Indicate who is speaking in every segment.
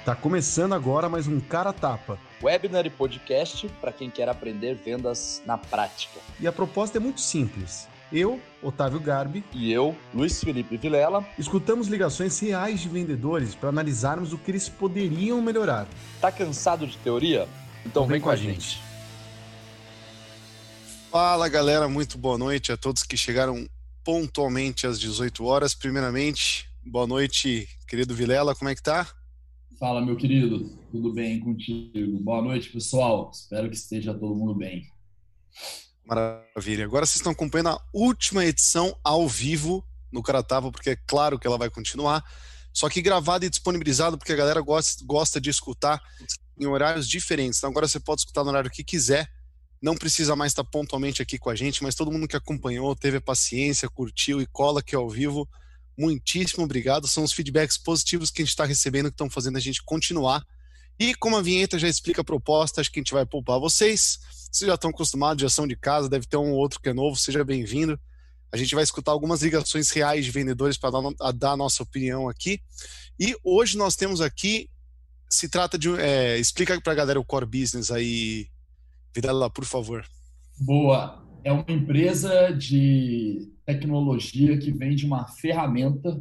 Speaker 1: Tá começando agora mais um Cara a Tapa.
Speaker 2: Webinar e podcast para quem quer aprender vendas na prática.
Speaker 1: E a proposta é muito simples. Eu, Otávio Garbi,
Speaker 2: e eu, Luiz Felipe Vilela,
Speaker 1: escutamos ligações reais de vendedores para analisarmos o que eles poderiam melhorar.
Speaker 2: Tá cansado de teoria? Então vem com a gente.
Speaker 3: Fala galera, muito boa noite a todos que chegaram pontualmente às 18 horas. Primeiramente, boa noite, querido Vilela, como é que tá?
Speaker 4: Fala, meu querido, tudo bem contigo? Boa noite, pessoal. Espero que esteja todo mundo bem.
Speaker 3: Maravilha. Agora vocês estão acompanhando a última edição ao vivo no Cara a Tapa, porque é claro que ela vai continuar, só que gravada e disponibilizada, porque a galera gosta de escutar em horários diferentes. Então agora você pode escutar no horário que quiser, não precisa mais estar pontualmente aqui com a gente, mas todo mundo que acompanhou, teve a paciência, curtiu e cola aqui ao vivo, muitíssimo obrigado. São os feedbacks positivos que a gente está recebendo que estão fazendo a gente continuar. E como a vinheta já explica a proposta, acho que a gente vai poupar vocês. Vocês já estão acostumados, já são de casa, deve ter um ou outro que é novo, seja bem-vindo. A gente vai escutar algumas ligações reais de vendedores para dar a nossa opinião aqui. E hoje nós temos aqui, se trata de... explica para a galera o core business aí, Vilela, por favor.
Speaker 4: Boa. É uma empresa de tecnologia que vende uma ferramenta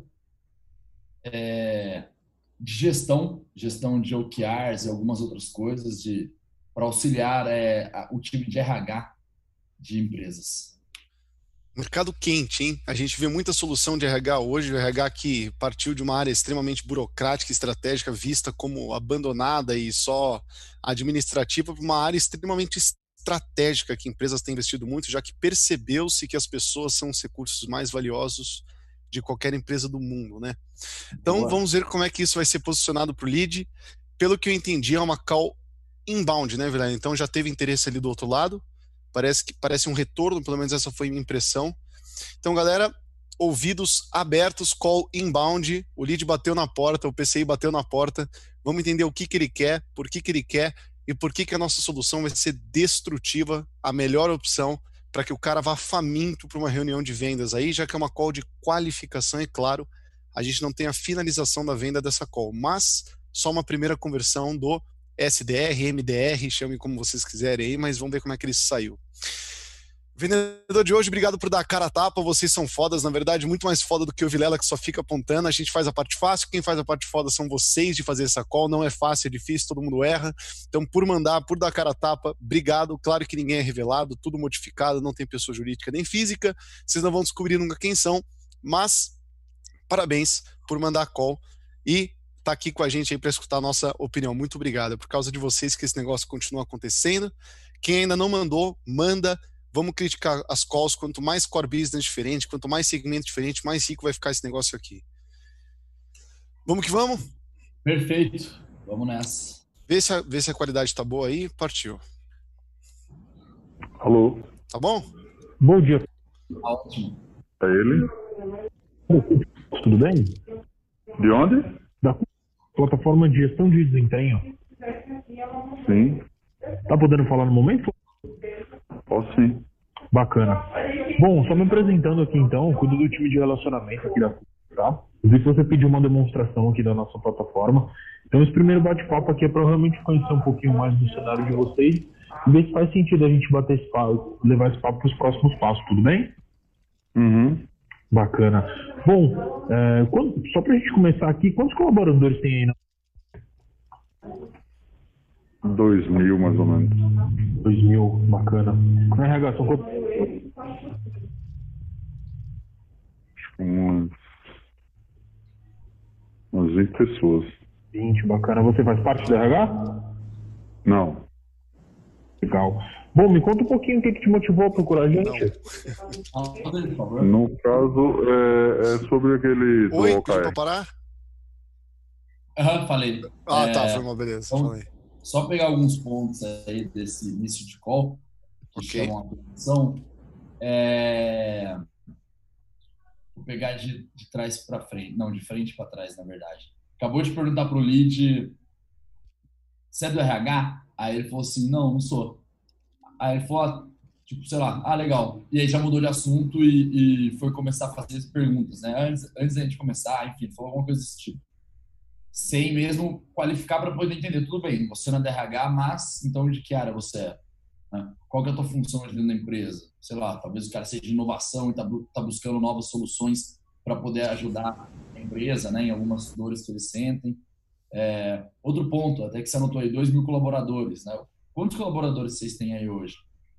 Speaker 4: de gestão de OKRs e algumas outras coisas para auxiliar o time de RH de empresas.
Speaker 3: Mercado quente, hein? A gente vê muita solução de RH hoje, o RH que partiu de uma área extremamente burocrática e estratégica, vista como abandonada e só administrativa, para uma área extremamente estratégica que empresas têm investido muito, já que percebeu-se que as pessoas são os recursos mais valiosos de qualquer empresa do mundo, né? Então, Boa. Vamos ver como é que isso vai ser posicionado para o lead. Pelo que eu entendi, é uma call inbound, né, Vilela? Então, já teve interesse ali do outro lado. Parece um retorno, pelo menos essa foi a minha impressão. Então, galera, ouvidos abertos, call inbound. O lead bateu na porta, o PCI bateu na porta. Vamos entender o que ele quer, por que ele quer e por que a nossa solução vai ser destrutiva, a melhor opção para que o cara vá faminto para uma reunião de vendas aí, já que é uma call de qualificação, e claro, a gente não tem a finalização da venda dessa call, mas só uma primeira conversão do SDR, MDR, chamem como vocês quiserem aí, mas vamos ver como é que ele saiu. Vendedor de hoje, obrigado por dar a cara a tapa, vocês são fodas, na verdade, muito mais foda do que o Vilela, que só fica apontando. A gente faz a parte fácil, quem faz a parte foda são vocês de fazer essa call, não é fácil, é difícil, todo mundo erra. Então, por dar a cara a tapa, obrigado. Claro que ninguém é revelado, tudo modificado, não tem pessoa jurídica nem física, vocês não vão descobrir nunca quem são, mas parabéns por mandar a call e tá aqui com a gente aí para escutar a nossa opinião. Muito obrigado, é por causa de vocês que esse negócio continua acontecendo. Quem ainda não mandou, manda. Vamos criticar as calls, quanto mais core business diferente, quanto mais segmento diferente, mais rico vai ficar esse negócio aqui. Vamos que vamos?
Speaker 4: Perfeito, vamos nessa.
Speaker 3: Vê se a qualidade tá boa aí, partiu.
Speaker 5: Alô?
Speaker 3: Tá bom?
Speaker 5: Bom dia.
Speaker 4: Ótimo.
Speaker 5: É ele?
Speaker 6: Tudo bem?
Speaker 5: De onde?
Speaker 6: Da plataforma de gestão de desempenho.
Speaker 5: Sim.
Speaker 6: Tá podendo falar no momento?
Speaker 5: Posso sim.
Speaker 6: Bacana. Bom, só me apresentando aqui então, cuido do time de relacionamento aqui da tá? Vi que você pediu uma demonstração aqui da nossa plataforma. Então esse primeiro bate-papo aqui é para realmente conhecer um pouquinho mais do cenário de vocês e ver se faz sentido a gente bater esse papo, levar esse papo para os próximos passos, tudo bem?
Speaker 5: Uhum.
Speaker 6: Bacana. Bom, só para a gente começar aqui, quantos colaboradores tem aí?
Speaker 5: 2.000 mais ou menos.
Speaker 6: 2.000, bacana. Na RH, são quantos?
Speaker 5: Umas 20 pessoas.
Speaker 6: 20, bacana. Você faz parte do RH?
Speaker 5: Não.
Speaker 6: Legal. Bom, me conta um pouquinho o que te motivou a procurar a gente.
Speaker 5: No caso, é sobre aquele...
Speaker 3: Oi, pediu pra parar?
Speaker 4: Falei.
Speaker 3: Tá, foi uma beleza.
Speaker 4: Então,
Speaker 3: falei.
Speaker 4: Só pegar alguns pontos aí desse início de call que chamam a atenção. Vou pegar de trás para frente. Não, de frente para trás, na verdade. Acabou de perguntar pro lead: você é do RH? Aí ele falou assim: não sou. Aí ele falou, tipo, sei lá, legal. E aí já mudou de assunto e foi começar a fazer as perguntas, né? Antes da gente começar, enfim, falou alguma coisa desse tipo. sem mesmo qualificar para poder entender. Tudo bem, você não é DRH, mas então de que área você é? Né? Qual que é a tua função dentro da empresa? Sei lá, talvez o cara seja de inovação e está buscando novas soluções para poder ajudar a empresa, né, em algumas dores que eles sentem. Outro ponto, até que você anotou aí, 2.000 colaboradores, né? Quantos colaboradores vocês têm aí hoje?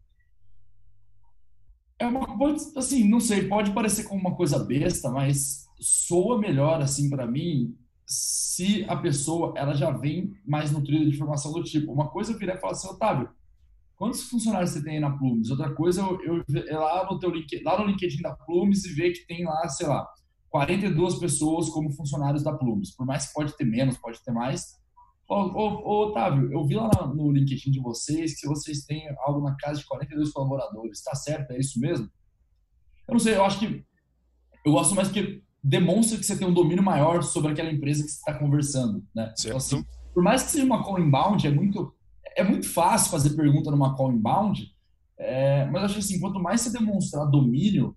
Speaker 4: Assim, não sei, pode parecer como uma coisa besta, mas soa melhor, assim, para mim, se a pessoa, ela já vem mais nutrida de informação do tipo. Uma coisa eu virar e falar assim, Otávio, quantos funcionários você tem aí na Plumes? Outra coisa, eu lá no LinkedIn da Plumes e ver que tem lá, sei lá, 42 pessoas como funcionários da Plumes. Por mais que pode ter menos, pode ter mais. Otávio, eu vi lá no LinkedIn de vocês que vocês têm algo na casa de 42 colaboradores. Está certo? É isso mesmo? Eu não sei, eu acho que eu gosto mais porque demonstra que você tem um domínio maior sobre aquela empresa que você está conversando, né? Então, assim, por mais que seja uma call inbound, é muito fácil fazer pergunta numa call inbound, mas eu acho que assim, quanto mais você demonstrar domínio,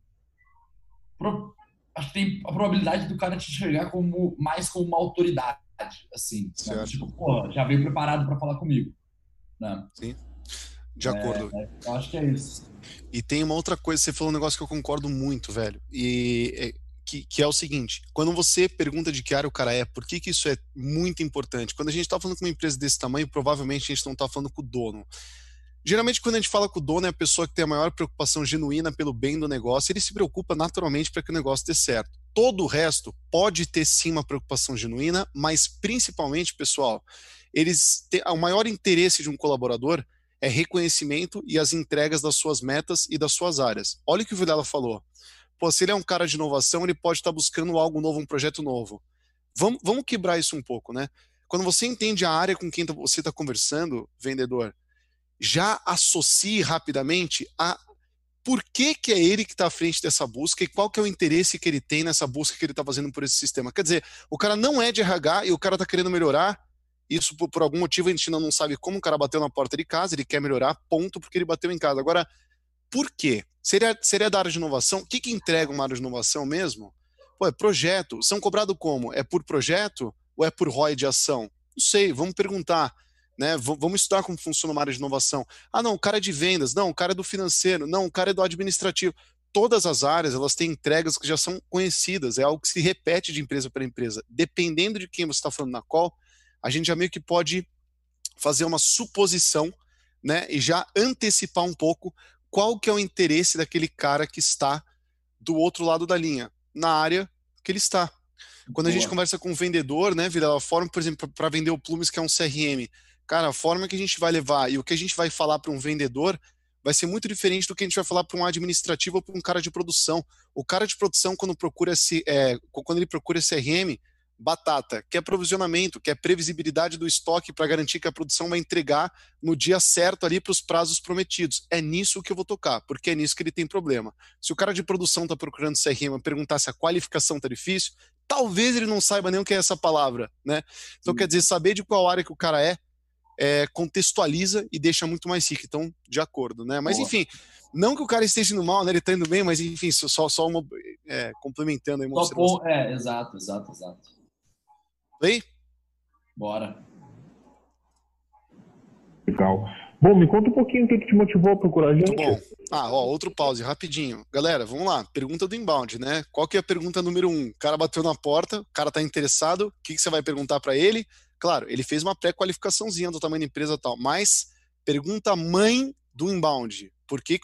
Speaker 4: acho que tem a probabilidade do cara te enxergar mais como uma autoridade, assim, né? Tipo, pô, já veio preparado para falar comigo, né?
Speaker 3: Sim, de acordo.
Speaker 4: Eu acho que é isso.
Speaker 3: E tem uma outra coisa, você falou um negócio que eu concordo muito, velho, e que é o seguinte, quando você pergunta de que área o cara é, por que isso é muito importante? Quando a gente tá falando com uma empresa desse tamanho, provavelmente a gente não tá falando com o dono. Geralmente, quando a gente fala com o dono, é a pessoa que tem a maior preocupação genuína pelo bem do negócio, ele se preocupa naturalmente para que o negócio dê certo. Todo o resto pode ter sim uma preocupação genuína, mas principalmente, pessoal, o maior interesse de um colaborador é reconhecimento e as entregas das suas metas e das suas áreas. Olha o que o Vilela falou. Pô, se ele é um cara de inovação, ele pode estar buscando algo novo, um projeto novo. Vamos quebrar isso um pouco, né? Quando você entende a área com quem você está conversando, vendedor, já associe rapidamente a por que é ele que está à frente dessa busca e qual que é o interesse que ele tem nessa busca que ele está fazendo por esse sistema. Quer dizer, o cara não é de RH e o cara está querendo melhorar, isso por algum motivo a gente ainda não sabe como o cara bateu na porta de casa, ele quer melhorar, ponto, porque ele bateu em casa. Agora, por quê? Seria da área de inovação? O que entrega uma área de inovação mesmo? Pô, é projeto. São cobrados como? É por projeto ou é por ROI de ação? Não sei, vamos perguntar. Né? Vamos estudar como funciona uma área de inovação. Ah, não, o cara é de vendas. Não, o cara é do financeiro. Não, o cara é do administrativo. Todas as áreas, elas têm entregas que já são conhecidas. É algo que se repete de empresa para empresa. Dependendo de quem você está falando na call, a gente já meio que pode fazer uma suposição, né? E já antecipar um pouco qual que é o interesse daquele cara que está do outro lado da linha, na área que ele está. Quando a gente conversa com um vendedor, né, Vilela, a forma, por exemplo, para vender o Plumes, que é um CRM, cara, a forma que a gente vai levar e o que a gente vai falar para um vendedor vai ser muito diferente do que a gente vai falar para um administrativo ou para um cara de produção. O cara de produção, quando ele procura CRM, batata, quer provisionamento, quer previsibilidade do estoque para garantir que a produção vai entregar no dia certo ali para os prazos prometidos. É nisso que eu vou tocar, porque é nisso que ele tem problema. Se o cara de produção está procurando CRM e perguntar se a qualificação está difícil, talvez ele não saiba nem o que é essa palavra, né? Então, quer dizer, saber de qual área que o cara contextualiza e deixa muito mais rico. Então, de acordo, né? Mas, enfim, não que o cara esteja indo mal, né? Ele está indo bem, mas, enfim, só uma... complementando aí uma observação.
Speaker 4: Exato.
Speaker 3: Oi?
Speaker 4: Bora.
Speaker 6: Legal. Bom, me conta um pouquinho o que te motivou a procurar a gente.
Speaker 3: Muito bom. Outro pause, rapidinho. Galera, vamos lá. Pergunta do inbound, né? Qual que é a pergunta número 1? O cara bateu na porta, o cara tá interessado, o que você vai perguntar para ele? Claro, ele fez uma pré-qualificaçãozinha do tamanho da empresa e tal, mas pergunta mãe do inbound. Por que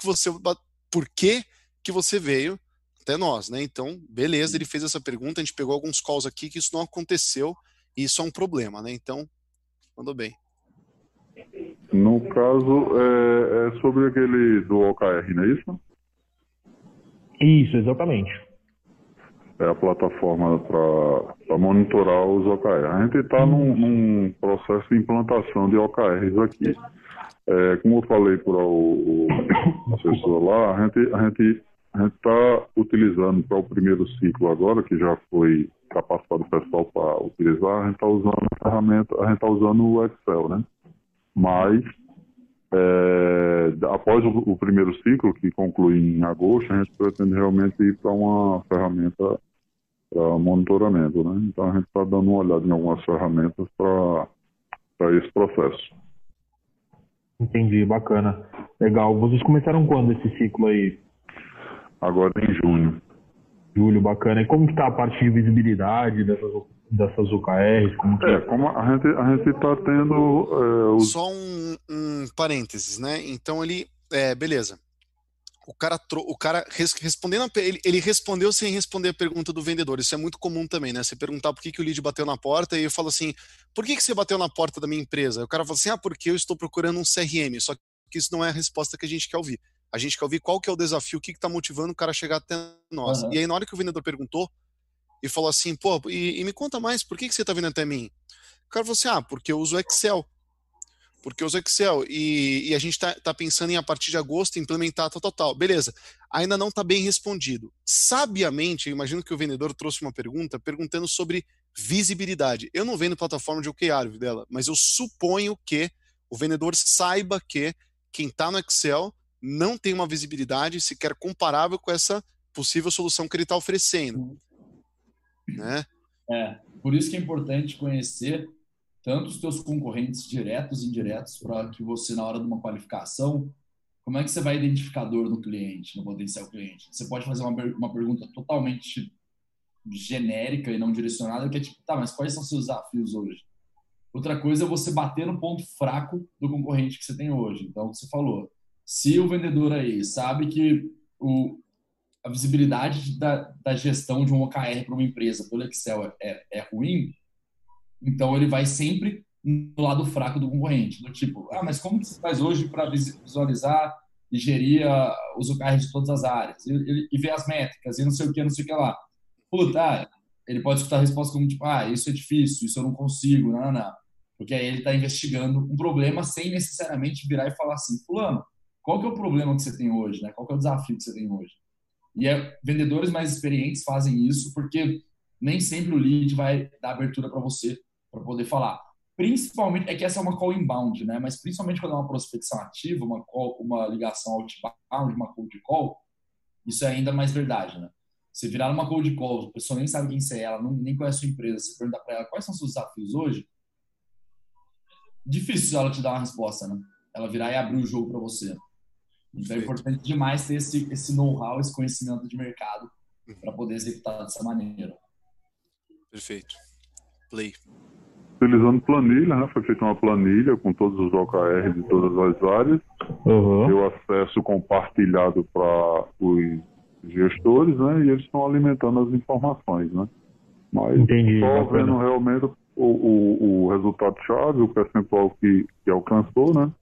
Speaker 3: você veio até nós, né? Então, beleza, ele fez essa pergunta, a gente pegou alguns calls aqui que isso não aconteceu e isso é um problema, né? Então, mandou bem.
Speaker 5: No caso, é sobre aquele do OKR, não é isso?
Speaker 6: Isso, exatamente.
Speaker 5: É a plataforma para monitorar os OKR. A gente está num processo de implantação de OKRs aqui. Como eu falei para o assessor lá, a gente está utilizando para o primeiro ciclo agora, que já foi capacitado o pessoal para utilizar, a gente está usando a ferramenta, a gente está usando o Excel, né? Mas, após o primeiro ciclo, que conclui em agosto, a gente pretende realmente ir para uma ferramenta monitoramento, né? Então a gente está dando uma olhada em algumas ferramentas para esse processo.
Speaker 6: Entendi, bacana. Legal. Vocês começaram quando esse ciclo aí?
Speaker 5: Agora em junho.
Speaker 6: Julho, bacana. E como que tá a parte de visibilidade dessas OKRs? Como que
Speaker 5: Como a gente está tendo
Speaker 3: Só um parênteses, né? Então beleza. O cara respondendo, ele respondeu sem responder a pergunta do vendedor. Isso é muito comum também, né? Você perguntar por que o lead bateu na porta e eu falo assim, por que você bateu na porta da minha empresa? O cara fala assim, porque eu estou procurando um CRM. Só que isso não é a resposta que a gente quer ouvir. A gente quer ouvir qual que é o desafio, o que está motivando o cara a chegar até nós. E aí, na hora que o vendedor perguntou e falou assim, e me conta mais, por que você está vindo até mim? O cara falou assim, porque eu uso Excel. Porque eu uso Excel e a gente tá pensando em, a partir de agosto, implementar tal. Beleza. Ainda não está bem respondido. Sabiamente, eu imagino que o vendedor trouxe uma pergunta perguntando sobre visibilidade. Eu não vendo plataforma de OKR dela, mas eu suponho que o vendedor saiba que quem está no Excel não tem uma visibilidade sequer comparável com essa possível solução que ele está oferecendo. Né?
Speaker 4: Por isso que é importante conhecer tanto os teus concorrentes diretos e indiretos, para que você, na hora de uma qualificação, como é que você vai identificar a dor no cliente, no potencial cliente? Você pode fazer uma pergunta totalmente genérica e não direcionada, que é tipo, tá, mas quais são os seus desafios hoje? Outra coisa é você bater no ponto fraco do concorrente que você tem hoje. Então, o que você falou, se o vendedor aí sabe que a visibilidade da gestão de um OKR para uma empresa pelo Excel é ruim, então ele vai sempre no lado fraco do concorrente, do tipo, mas como que você faz hoje para visualizar e gerir os OKRs de todas as áreas e ver as métricas e não sei o que lá. Puta, ele pode escutar a resposta como tipo, isso é difícil, isso eu não consigo, não. Porque aí ele está investigando um problema sem necessariamente virar e falar assim, fulano, qual que é o problema que você tem hoje, né? Qual que é o desafio que você tem hoje? E vendedores mais experientes fazem isso porque nem sempre o lead vai dar abertura para você para poder falar. Principalmente, é que essa é uma call inbound, né? Mas principalmente quando é uma prospecção ativa, uma ligação outbound, uma cold call, isso é ainda mais verdade, né? Você virar uma cold call, a pessoa nem sabe quem você é, ela nem conhece a sua empresa, você perguntar para ela quais são os seus desafios hoje, difícil ela te dar uma resposta, né? Ela virar e abrir o jogo para você. Então é importante demais ter esse know-how, esse conhecimento de mercado para poder executar dessa maneira.
Speaker 3: Perfeito. Play.
Speaker 5: Utilizando planilha, né? Foi feita uma planilha com todos os OKRs de todas as áreas. Deu acesso compartilhado para os gestores, né? E eles estão alimentando as informações, né? Mas só vendo realmente o resultado-chave, o percentual que alcançou, né?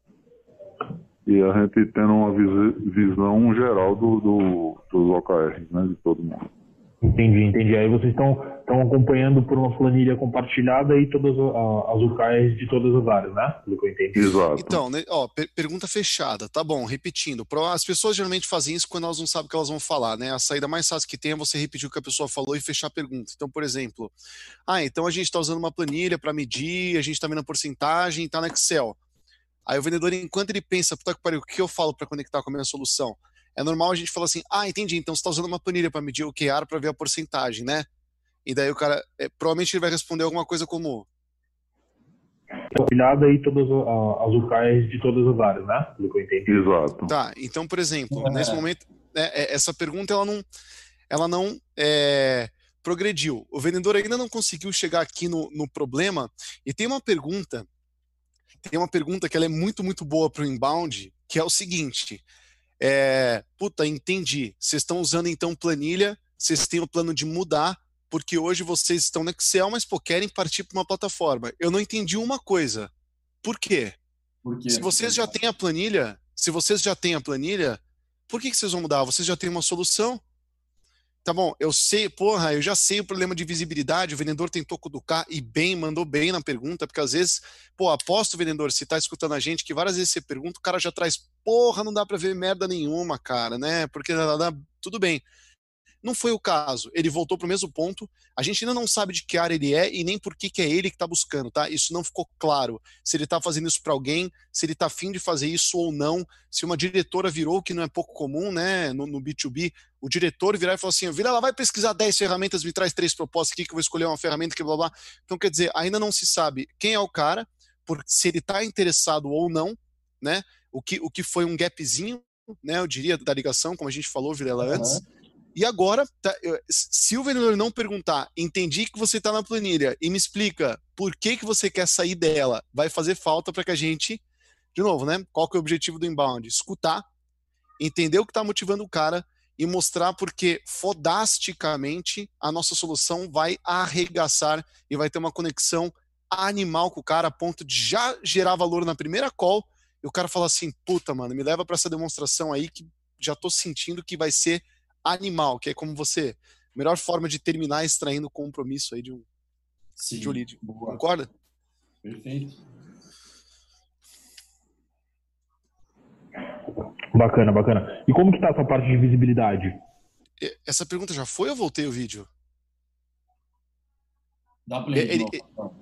Speaker 5: E a gente tendo uma visão geral dos OKRs, né? De todo mundo.
Speaker 6: Entendi. Aí vocês estão acompanhando por uma planilha compartilhada e todas as OKRs de todas as áreas, né? Pelo que eu entendi.
Speaker 5: Exato.
Speaker 3: Então, né, pergunta fechada, tá bom, repetindo. As pessoas geralmente fazem isso quando elas não sabem o que elas vão falar, né? A saída mais fácil que tem é você repetir o que a pessoa falou e fechar a pergunta. Então, por exemplo, então a gente está usando uma planilha para medir, a gente está vendo a porcentagem, está no Excel. Aí o vendedor, enquanto ele pensa, puta que pariu, o que eu falo para conectar com a minha solução? É normal a gente falar assim, entendi, então você está usando uma planilha para medir o OKR para ver a porcentagem, né? E daí o cara, provavelmente ele vai responder alguma coisa como...
Speaker 6: Compartilhada e todas as OKRs de todas as áreas, né? Pelo que eu entendi.
Speaker 5: Exato.
Speaker 3: Tá, então, por exemplo, nesse momento, essa pergunta, ela não progrediu. O vendedor ainda não conseguiu chegar aqui no problema, e tem uma pergunta que ela é muito, muito boa para o inbound, que é o seguinte... entendi. Vocês estão usando então planilha, vocês têm o plano de mudar, porque hoje vocês estão no Excel, mas querem partir para uma plataforma. Eu não entendi uma coisa. Por quê? Se vocês já têm a planilha, por que vocês vão mudar? Vocês já têm uma solução? Tá bom, eu já sei o problema de visibilidade, o vendedor tentou cutucar e mandou bem na pergunta, porque às vezes, aposto, vendedor, se tá escutando a gente, que várias vezes você pergunta, o cara já traz, não dá pra ver merda nenhuma, cara, né? Porque tudo bem. Não foi o caso. Ele voltou para o mesmo ponto. A gente ainda não sabe de que área ele é e nem por que é ele que está buscando, tá? Isso não ficou claro. Se ele está fazendo isso para alguém, se ele está afim de fazer isso ou não, se uma diretora virou, que não é pouco comum, né, no B2B, o diretor virar e falar assim, Vilela, vai pesquisar 10 ferramentas, me traz 3 propostas aqui que eu vou escolher uma ferramenta que blá blá. Então, quer dizer, ainda não se sabe quem é o cara, se ele está interessado ou não, né? O que foi um gapzinho, né? Eu diria, da ligação, como a gente falou, Vilela, antes. E agora, se o vendedor não perguntar, entendi que você está na planilha e me explica por que você quer sair dela, vai fazer falta para que a gente, de novo, né? Qual que é o objetivo do inbound? Escutar, entender o que está motivando o cara e mostrar porque fodasticamente a nossa solução vai arregaçar e vai ter uma conexão animal com o cara a ponto de já gerar valor na primeira call e o cara fala assim, puta, mano, me leva para essa demonstração aí que já tô sentindo que vai ser animal, que é como você, melhor forma de terminar extraindo o compromisso aí de um lead.
Speaker 4: Boa.
Speaker 3: Concorda?
Speaker 4: Perfeito.
Speaker 6: Bacana, bacana. E como que tá essa parte de visibilidade?
Speaker 3: Essa pergunta já foi ou eu voltei o vídeo?
Speaker 4: Dá play de novo.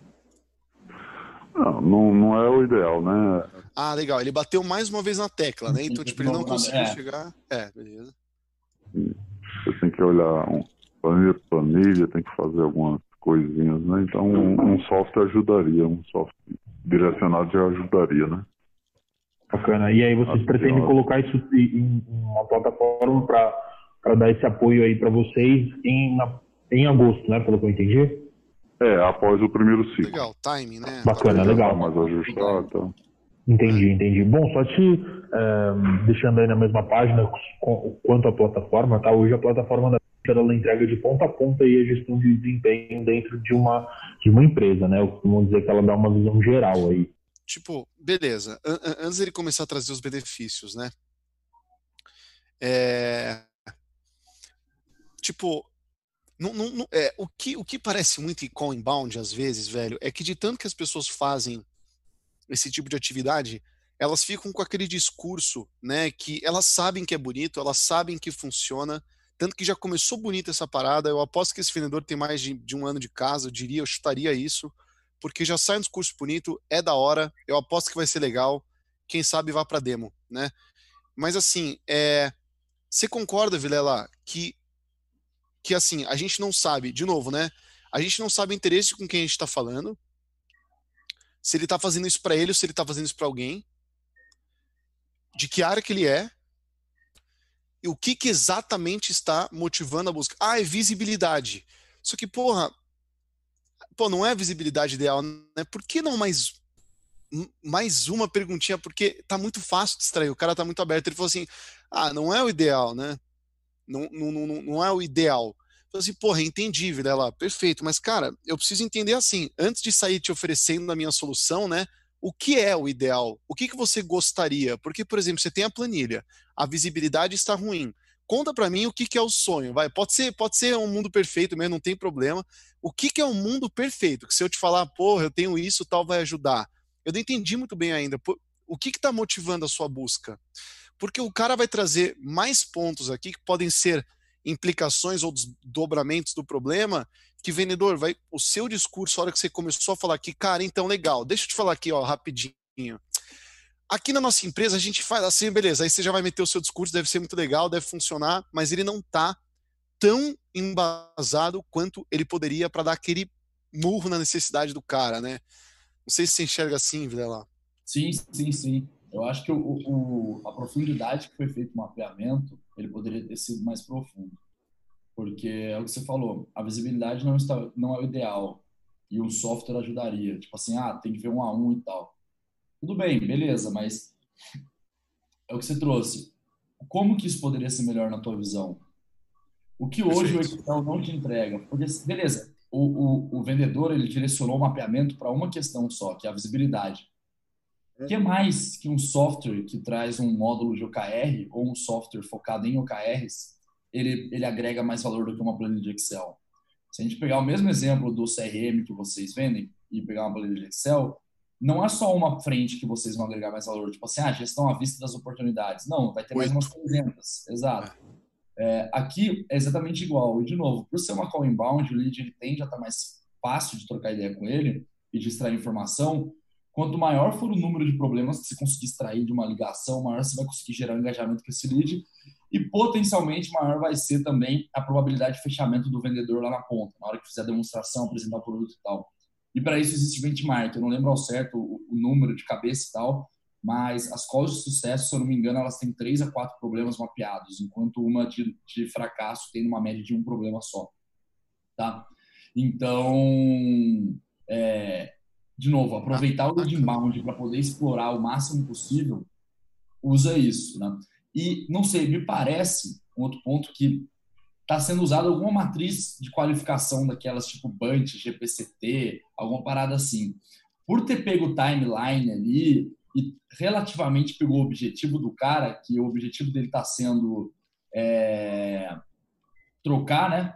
Speaker 5: Não é o ideal, né?
Speaker 3: Ah, legal. Ele bateu mais uma vez na tecla, né? Então, tipo, ele não conseguiu chegar. Beleza.
Speaker 5: Você tem que olhar planilha, tem que fazer algumas coisinhas, né? Então, um software ajudaria, um software direcionado já ajudaria, né?
Speaker 6: Bacana. E aí vocês pretendem colocar isso em uma plataforma para dar esse apoio aí para vocês em agosto, né? Pelo que eu entendi?
Speaker 5: Após o primeiro ciclo.
Speaker 3: Legal, timing, né?
Speaker 6: Bacana, legal.
Speaker 5: Mais ajustado, então.
Speaker 6: Entendi. Bom, só te deixando aí na mesma página quanto à plataforma, tá? Hoje a plataforma da ela entrega de ponta a ponta aí a gestão de desempenho dentro de uma empresa, né? Eu costumo dizer que ela dá uma visão geral aí.
Speaker 3: Tipo, beleza. Antes dele começar a trazer os benefícios, né? Tipo, o que parece muito em call inbound, às vezes, velho, é que de tanto que as pessoas fazem esse tipo de atividade, elas ficam com aquele discurso, né, que elas sabem que é bonito, elas sabem que funciona, tanto que já começou bonita essa parada. Eu aposto que esse vendedor tem mais de um ano de casa, eu chutaria isso, porque já sai um discurso bonito, é da hora, eu aposto que vai ser legal, quem sabe vá pra demo, né? Mas assim, você concorda, Vilela, que assim, a gente não sabe, de novo, né? A gente não sabe o interesse com quem a gente tá falando, se ele tá fazendo isso pra ele ou se ele tá fazendo isso pra alguém, de que área que ele é, e o que exatamente está motivando a busca. É visibilidade. Só que, não é a visibilidade ideal, né? Por que não mais uma perguntinha? Porque tá muito fácil de distrair, o cara tá muito aberto. Ele falou assim, não é o ideal, né? Não é o ideal. Eu falei assim, entendi, Vilela, perfeito, mas, cara, eu preciso entender assim, antes de sair te oferecendo a minha solução, né, o que é o ideal? O que você gostaria? Porque, por exemplo, você tem a planilha, a visibilidade está ruim. Conta pra mim o que é o sonho, vai. Pode ser um mundo perfeito mesmo, não tem problema. O que é um mundo perfeito? Que se eu te falar, eu tenho isso, tal, vai ajudar. Eu não entendi muito bem ainda. O que tá motivando a sua busca? Porque o cara vai trazer mais pontos aqui que podem ser implicações ou desdobramentos do problema, que vendedor, o seu discurso, a hora que você começou a falar aqui, cara, então legal, deixa eu te falar aqui, rapidinho. Aqui na nossa empresa a gente faz assim, beleza, aí você já vai meter o seu discurso, deve ser muito legal, deve funcionar, mas ele não tá tão embasado quanto ele poderia para dar aquele murro na necessidade do cara, né? Não sei se você enxerga assim, Vilela.
Speaker 4: Sim. Eu acho que a profundidade que foi feito o mapeamento, ele poderia ter sido mais profundo. Porque é o que você falou, a visibilidade não é o ideal. E um software ajudaria. Tipo assim, tem que ver 1 a 1 e tal. Tudo bem, beleza, mas é o que você trouxe. Como que isso poderia ser melhor na tua visão? O que hoje o Excel não te entrega? Porque, beleza, o vendedor ele direcionou o mapeamento para uma questão só, que é a visibilidade. O que mais que um software que traz um módulo de OKR ou um software focado em OKRs, ele agrega mais valor do que uma planilha de Excel? Se a gente pegar o mesmo exemplo do CRM que vocês vendem e pegar uma planilha de Excel, não é só uma frente que vocês vão agregar mais valor, tipo assim, gestão à vista das oportunidades. Não, vai ter mais umas 300. Exato. Aqui é exatamente igual. E, de novo, por ser uma call inbound, o lead ele tende a estar mais fácil de trocar ideia com ele e de extrair informação. Quanto maior for o número de problemas que você conseguir extrair de uma ligação, maior você vai conseguir gerar um engajamento com esse lead e potencialmente maior vai ser também a probabilidade de fechamento do vendedor lá na ponta, na hora que fizer a demonstração, apresentar o produto e tal. E para isso existe benchmark. Eu não lembro ao certo o número de cabeça e tal, mas as calls de sucesso, se eu não me engano, elas têm 3 a 4 problemas mapeados, enquanto uma de fracasso tem uma média de um problema só. Tá? Então, de novo, aproveitar o lead inbound para poder explorar o máximo possível, usa isso. Né? E, não sei, me parece, um outro ponto, que está sendo usada alguma matriz de qualificação daquelas tipo Bunch, GPCT, alguma parada assim. Por ter pego o timeline ali e relativamente pegou o objetivo do cara, que o objetivo dele está sendo trocar, né,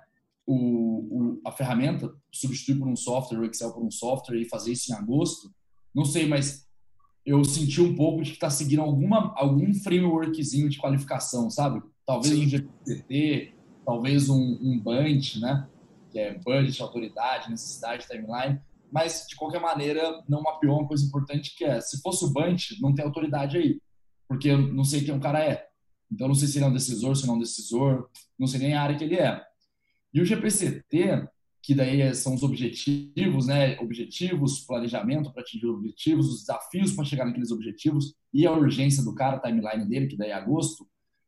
Speaker 4: a ferramenta, substituir por um software, o Excel por um software e fazer isso em agosto, não sei, mas eu senti um pouco de que está seguindo algum frameworkzinho de qualificação, sabe? Talvez um GPCT, talvez um Bunch, né? Que é budget, autoridade, necessidade, timeline. Mas, de qualquer maneira, não mapeou uma coisa importante que é, se fosse o Bunch, não tem autoridade aí. Porque eu não sei quem o cara é. Então, não sei se ele é um decisor, se não é um decisor. Não sei nem a área que ele é. E o GPCT, que daí são os objetivos, né? Objetivos, planejamento para atingir os objetivos, os desafios para chegar naqueles objetivos e a urgência do cara, a timeline dele, que daí é agosto.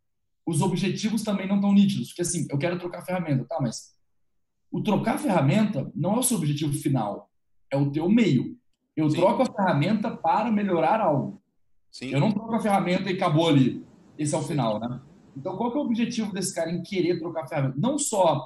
Speaker 4: Os objetivos também não estão nítidos. Porque assim, eu quero trocar a ferramenta, tá? Mas o trocar a ferramenta não é o seu objetivo final, é o teu meio. Eu troco a ferramenta para melhorar algo. Eu não troco a ferramenta e acabou ali. Esse é o final, né? Então, qual que é o objetivo desse cara em querer trocar a ferramenta? Não só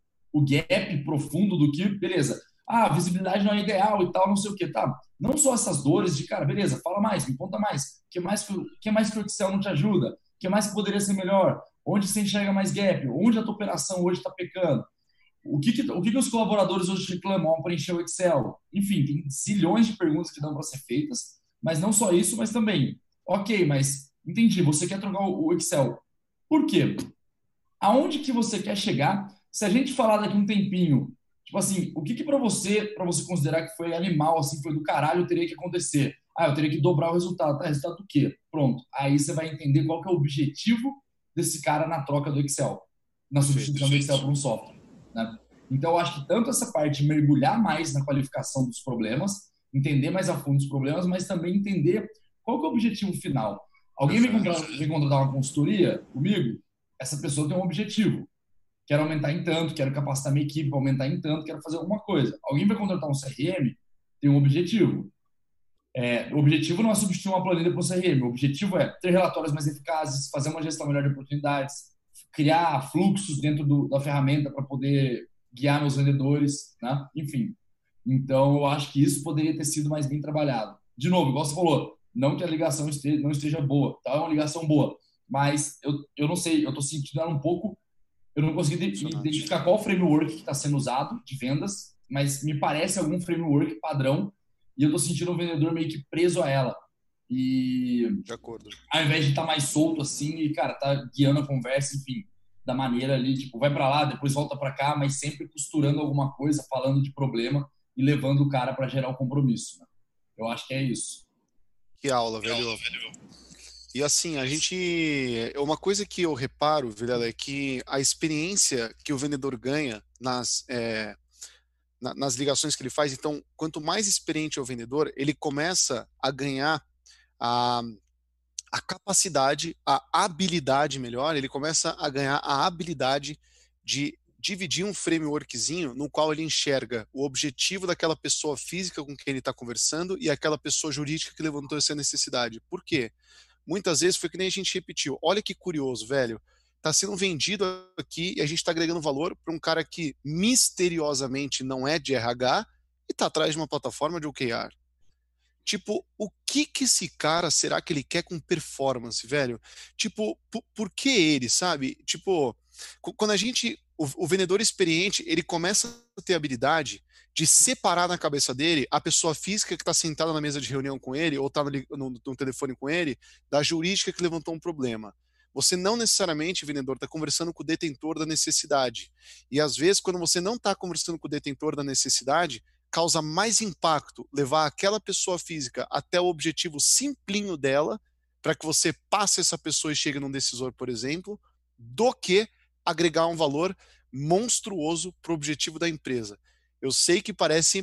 Speaker 4: o gap profundo do que, beleza, a visibilidade não é ideal e tal, não sei o que, tá? Não só essas dores de, cara, beleza, fala mais, me conta mais. O que mais que o Excel não te ajuda? O que mais que poderia ser melhor? Onde você enxerga mais gap? Onde a tua operação hoje está pecando? O que os colaboradores hoje reclamam para encher o Excel? Enfim, tem zilhões de perguntas que dão para ser feitas, mas não só isso, mas também, ok, mas entendi, você quer trocar o Excel. Por quê? Aonde que você quer chegar? Se a gente falar daqui um tempinho, tipo assim, o que para você considerar que foi animal, assim, foi do caralho, teria que acontecer? Ah, eu teria que dobrar o resultado. Tá, resultado do quê? Pronto. Aí você vai entender qual que é o objetivo desse cara na troca do Excel, na substituição do Excel por um software. Né? Então, eu acho que tanto essa parte de mergulhar mais na qualificação dos problemas, entender mais a fundo os problemas, mas também entender qual que é o objetivo final. Alguém vem contratar uma consultoria comigo, essa pessoa tem um objetivo. Quero aumentar em tanto, quero capacitar minha equipe para aumentar em tanto, quero fazer alguma coisa. Alguém vai contratar um CRM, tem um objetivo. O objetivo não é substituir uma planilha para um CRM. O objetivo é ter relatórios mais eficazes, fazer uma gestão melhor de oportunidades, criar fluxos dentro da ferramenta para poder guiar meus vendedores, né? Enfim. Então, eu acho que isso poderia ter sido mais bem trabalhado. De novo, igual você falou, não que a ligação não esteja boa, tá? É uma ligação boa, mas eu não sei, eu estou sentindo ela um pouco, eu não consegui identificar qual framework que está sendo usado de vendas, mas me parece algum framework padrão e eu estou sentindo o vendedor meio que preso a ela. E
Speaker 3: de acordo.
Speaker 4: Ao invés de estar mais solto assim e, cara, tá guiando a conversa, enfim, da maneira ali, tipo, vai para lá, depois volta para cá, mas sempre costurando alguma coisa, falando de problema e levando o cara para gerar o compromisso. Né? Eu acho que é isso.
Speaker 3: Que aula, velho. E assim, uma coisa que eu reparo, Vilela, é que a experiência que o vendedor ganha nas ligações que ele faz, então, quanto mais experiente é o vendedor, ele começa a ganhar a capacidade, a habilidade melhor, ele começa a ganhar a habilidade de dividir um frameworkzinho no qual ele enxerga o objetivo daquela pessoa física com quem ele está conversando e aquela pessoa jurídica que levantou essa necessidade. Por quê? Muitas vezes foi que nem a gente repetiu. Olha que curioso, velho. Está sendo vendido aqui e a gente está agregando valor para um cara que misteriosamente não é de RH e está atrás de uma plataforma de OKR. Tipo, o que esse cara será que ele quer com performance, velho? Tipo, por que ele, sabe? Tipo, quando o vendedor experiente, ele começa a ter a habilidade de separar na cabeça dele a pessoa física que está sentada na mesa de reunião com ele ou está no telefone com ele, da jurídica que levantou um problema. você não necessariamente, vendedor, está conversando com o detentor da necessidade. E às vezes, quando você não está conversando com o detentor da necessidade, causa mais impacto levar aquela pessoa física até o objetivo simplinho dela, para que você passe essa pessoa e chegue num decisor, por exemplo, do que agregar um valor monstruoso para o objetivo da empresa. Eu sei que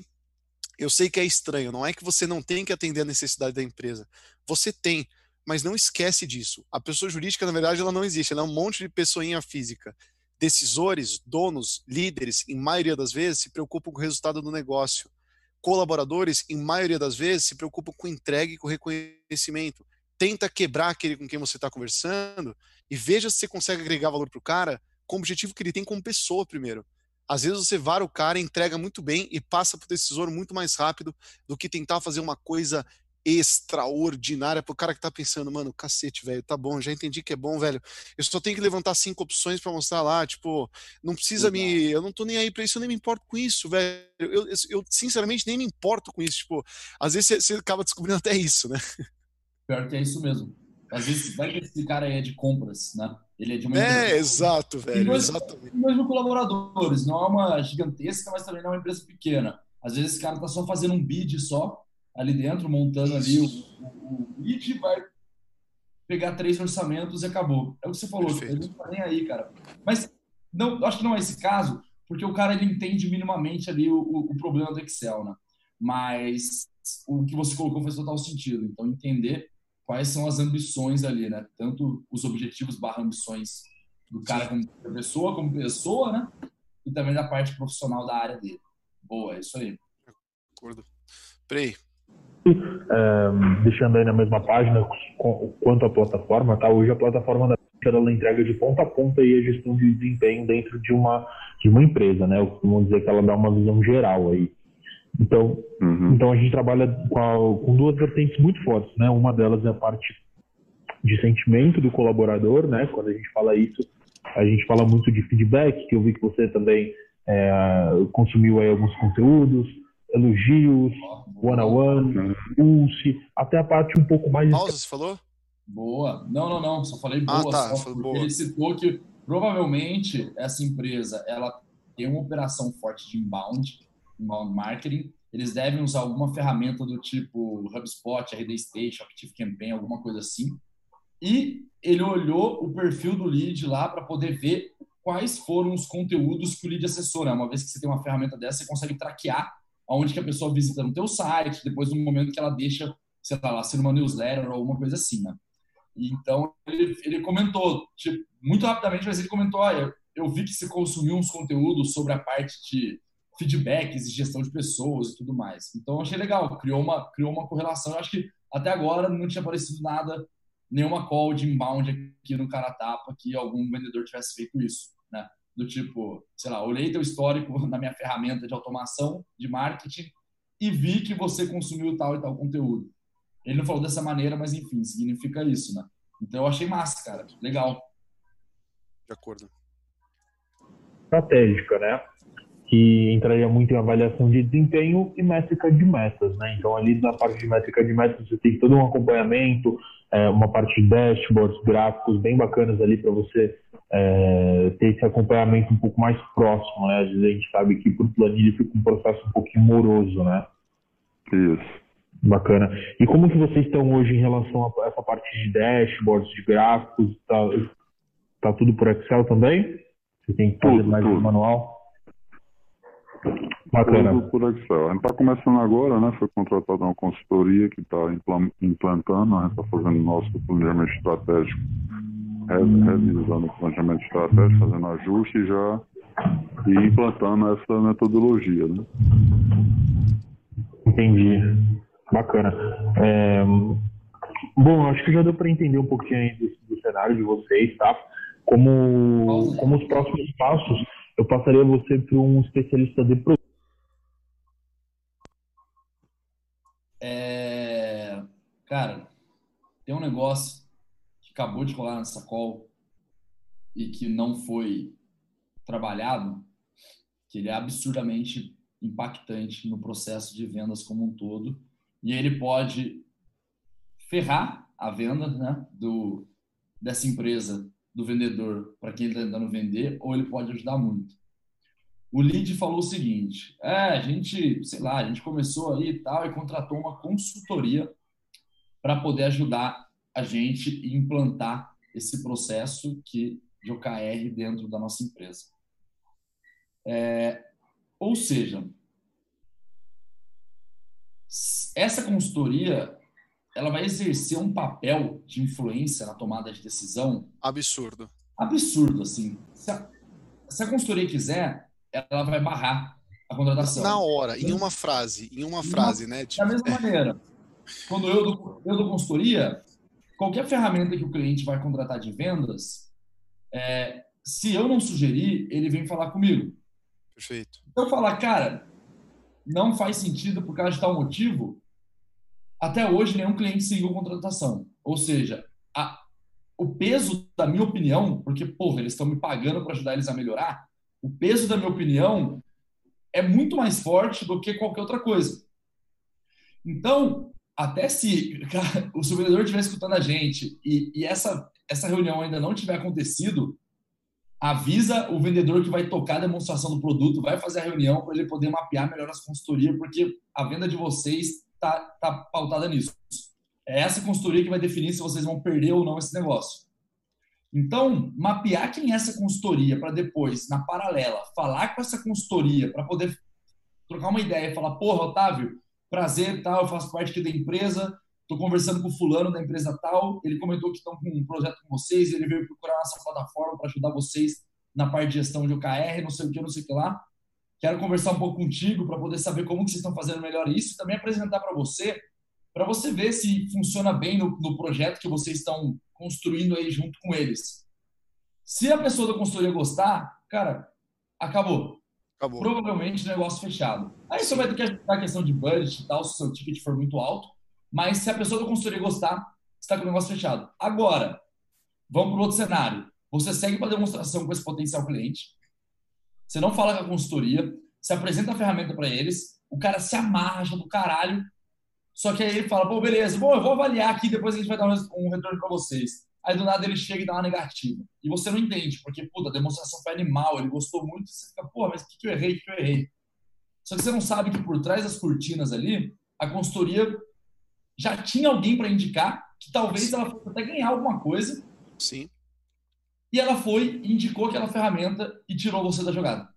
Speaker 3: é estranho, não é que você não tem que atender a necessidade da empresa. Você tem, mas não esquece disso. A pessoa jurídica, na verdade, ela não existe, ela é um monte de pessoinha física. Decisores, donos, líderes, em maioria das vezes, se preocupam com o resultado do negócio. Colaboradores, em maioria das vezes, se preocupam com entrega e com reconhecimento. Tenta quebrar aquele com quem você está conversando e veja se você consegue agregar valor para o cara com o objetivo que ele tem como pessoa primeiro. Às vezes você vara o cara, entrega muito bem e passa para o decisor muito mais rápido do que tentar fazer uma coisa extraordinária pro cara que tá pensando, mano, cacete, velho, tá bom, já entendi que é bom, velho. Eu só tenho que levantar 5 opções para mostrar lá, tipo, não precisa eu não tô nem aí para isso, eu nem me importo com isso, velho. Eu sinceramente nem me importo com isso, tipo, às vezes você acaba descobrindo até isso, né?
Speaker 4: Pior que é isso mesmo. Às vezes, vai que esse cara aí é de compras, né? Ele é de uma empresa.
Speaker 3: Exato, velho, exatamente.
Speaker 4: Tem 2.000 colaboradores, não é uma gigantesca, mas também não é uma empresa pequena. Às vezes esse cara tá só fazendo um bid só, ali dentro, montando ali o bid, vai pegar 3 orçamentos e acabou. É o que você falou, ele não tá nem aí, cara. Mas não, acho que não é esse caso, porque o cara ele entende minimamente ali o problema do Excel, né? Mas o que você colocou faz total sentido. Então, entender quais são as ambições ali, né? Tanto os objetivos / ambições do cara como pessoa, né? E também da parte profissional da área dele. Boa, é isso aí.
Speaker 3: Acordo. Peraí.
Speaker 6: Deixando aí na mesma página quanto à plataforma, tá? Hoje a plataforma da ela entrega de ponta a ponta aí a gestão de desempenho dentro de uma empresa, né? Eu costumo dizer que ela dá uma visão geral aí. Então a gente trabalha com 2 vertentes muito fortes, né? Uma delas é a parte de sentimento do colaborador, né? Quando a gente fala isso, a gente fala muito de feedback, que eu vi que você também consumiu aí alguns conteúdos, elogios, one-on-one, pulse, até a parte um pouco mais...
Speaker 3: Pausa, você falou?
Speaker 4: Boa. Não, só falei boa.
Speaker 3: Tá,
Speaker 4: só porque
Speaker 3: boa.
Speaker 4: ele citou que provavelmente essa empresa ela tem uma operação forte de inbound marketing. Eles devem usar alguma ferramenta do tipo HubSpot, RD Station, ActiveCampaign, alguma coisa assim. E ele olhou o perfil do lead lá para poder ver quais foram os conteúdos que o lead acessou, né? Uma vez que você tem uma ferramenta dessa, você consegue traquear aonde que a pessoa visita no teu site, depois do momento que ela deixa, sei lá, ser uma newsletter ou alguma coisa assim, né? Então, ele comentou, tipo, muito rapidamente, mas ele comentou, eu vi que você consumiu uns conteúdos sobre a parte de feedbacks e gestão de pessoas e tudo mais. Então, eu achei legal, criou uma correlação. Eu acho que até agora não tinha aparecido nada, nenhuma call de inbound aqui no Cara Tapa que algum vendedor tivesse feito isso, né? Do tipo, sei lá, olhei teu histórico na minha ferramenta de automação, de marketing, e vi que você consumiu tal e tal conteúdo. Ele não falou dessa maneira, mas enfim, significa isso, né? Então eu achei massa, cara. Legal.
Speaker 3: De acordo.
Speaker 6: Estratégica, né? Que entraria muito em avaliação de desempenho e métrica de metas, né? Então ali na parte de métrica de metas você tem todo um acompanhamento, uma parte de dashboards, gráficos bem bacanas ali para você ter esse acompanhamento um pouco mais próximo, né? Às vezes a gente sabe que por planilha fica um processo um pouquinho moroso, né?
Speaker 5: Isso.
Speaker 6: Bacana. E como que vocês estão hoje em relação a essa parte de dashboards, de gráficos? Tá tudo por Excel também? Você tem que fazer mais um manual? Bacana.
Speaker 5: Tudo por Excel. A gente está começando agora, né? Foi contratada uma consultoria que está implantando, a gente está fazendo nosso planejamento estratégico, revisando o planejamento estratégico, fazendo ajuste e implantando essa metodologia, né?
Speaker 6: Entendi. Bacana. Bom, acho que já deu para entender um pouquinho aí do cenário de vocês, tá? Como os próximos passos, eu passaria você para um especialista de produto.
Speaker 4: Cara, tem um negócio que acabou de rolar nessa call e que não foi trabalhado, que ele é absurdamente impactante no processo de vendas como um todo, e ele pode ferrar a venda, né, do dessa empresa, do vendedor, para quem ele está tentando vender, ou ele pode ajudar muito. O lead falou o seguinte: a gente, sei lá, a gente começou aí e tal e contratou uma consultoria para poder ajudar a gente a implantar esse processo de OKR dentro da nossa empresa. Ou seja, essa consultoria ela vai exercer um papel de influência na tomada de decisão
Speaker 3: Absurdo.
Speaker 4: absurdo, assim. Se a consultoria quiser, ela vai barrar a contratação.
Speaker 3: Na hora, em uma frase, né?
Speaker 4: Da mesma maneira, quando eu dou consultoria, qualquer ferramenta que o cliente vai contratar de vendas, se eu não sugerir, ele vem falar comigo.
Speaker 3: Perfeito.
Speaker 4: Se eu falar, cara, não faz sentido por causa de tal motivo, até hoje nenhum cliente seguiu a contratação. Ou seja, o peso da minha opinião, porque, porra, eles estão me pagando para ajudar eles a melhorar, o peso da minha opinião é muito mais forte do que qualquer outra coisa. Então, até se o vendedor estiver escutando a gente e essa reunião ainda não tiver acontecido, avisa o vendedor que vai tocar a demonstração do produto, vai fazer a reunião para ele poder mapear melhor as consultorias, porque a venda de vocês tá pautada nisso. É essa consultoria que vai definir se vocês vão perder ou não esse negócio. Então, mapear quem é essa consultoria para depois, na paralela, falar com essa consultoria para poder trocar uma ideia e falar: porra, Otávio, prazer, tal, eu faço parte aqui da empresa, estou conversando com o fulano da empresa tal, ele comentou que estão com um projeto com vocês, ele veio procurar nossa plataforma para ajudar vocês na parte de gestão de OKR, não sei o que lá. Quero conversar um pouco contigo para poder saber como que vocês estão fazendo melhor isso e também apresentar para você ver se funciona bem no projeto que vocês estão construindo aí junto com eles. Se a pessoa da consultoria gostar, cara, acabou. Provavelmente negócio fechado. Aí você vai ter que ajustar a questão de budget e tal, se o seu ticket for muito alto, mas se a pessoa da consultoria gostar, você está com o negócio fechado. Agora, vamos para o outro cenário. Você segue para a demonstração com esse potencial cliente, você não fala com a consultoria, você apresenta a ferramenta para eles, o cara se amarra, acha do caralho, só que aí ele fala: pô, beleza, bom, eu vou avaliar aqui, depois a gente vai dar um retorno para vocês. Aí do nada ele chega e dá uma negativa. E você não entende, porque, puta, a demonstração foi animal, ele gostou muito, e você fica: pô, mas o que eu errei? Só que você não sabe que por trás das cortinas ali, a consultoria já tinha alguém para indicar, que talvez ela fosse até ganhar alguma coisa.
Speaker 3: Sim.
Speaker 4: E ela foi e indicou aquela ferramenta e tirou você da jogada.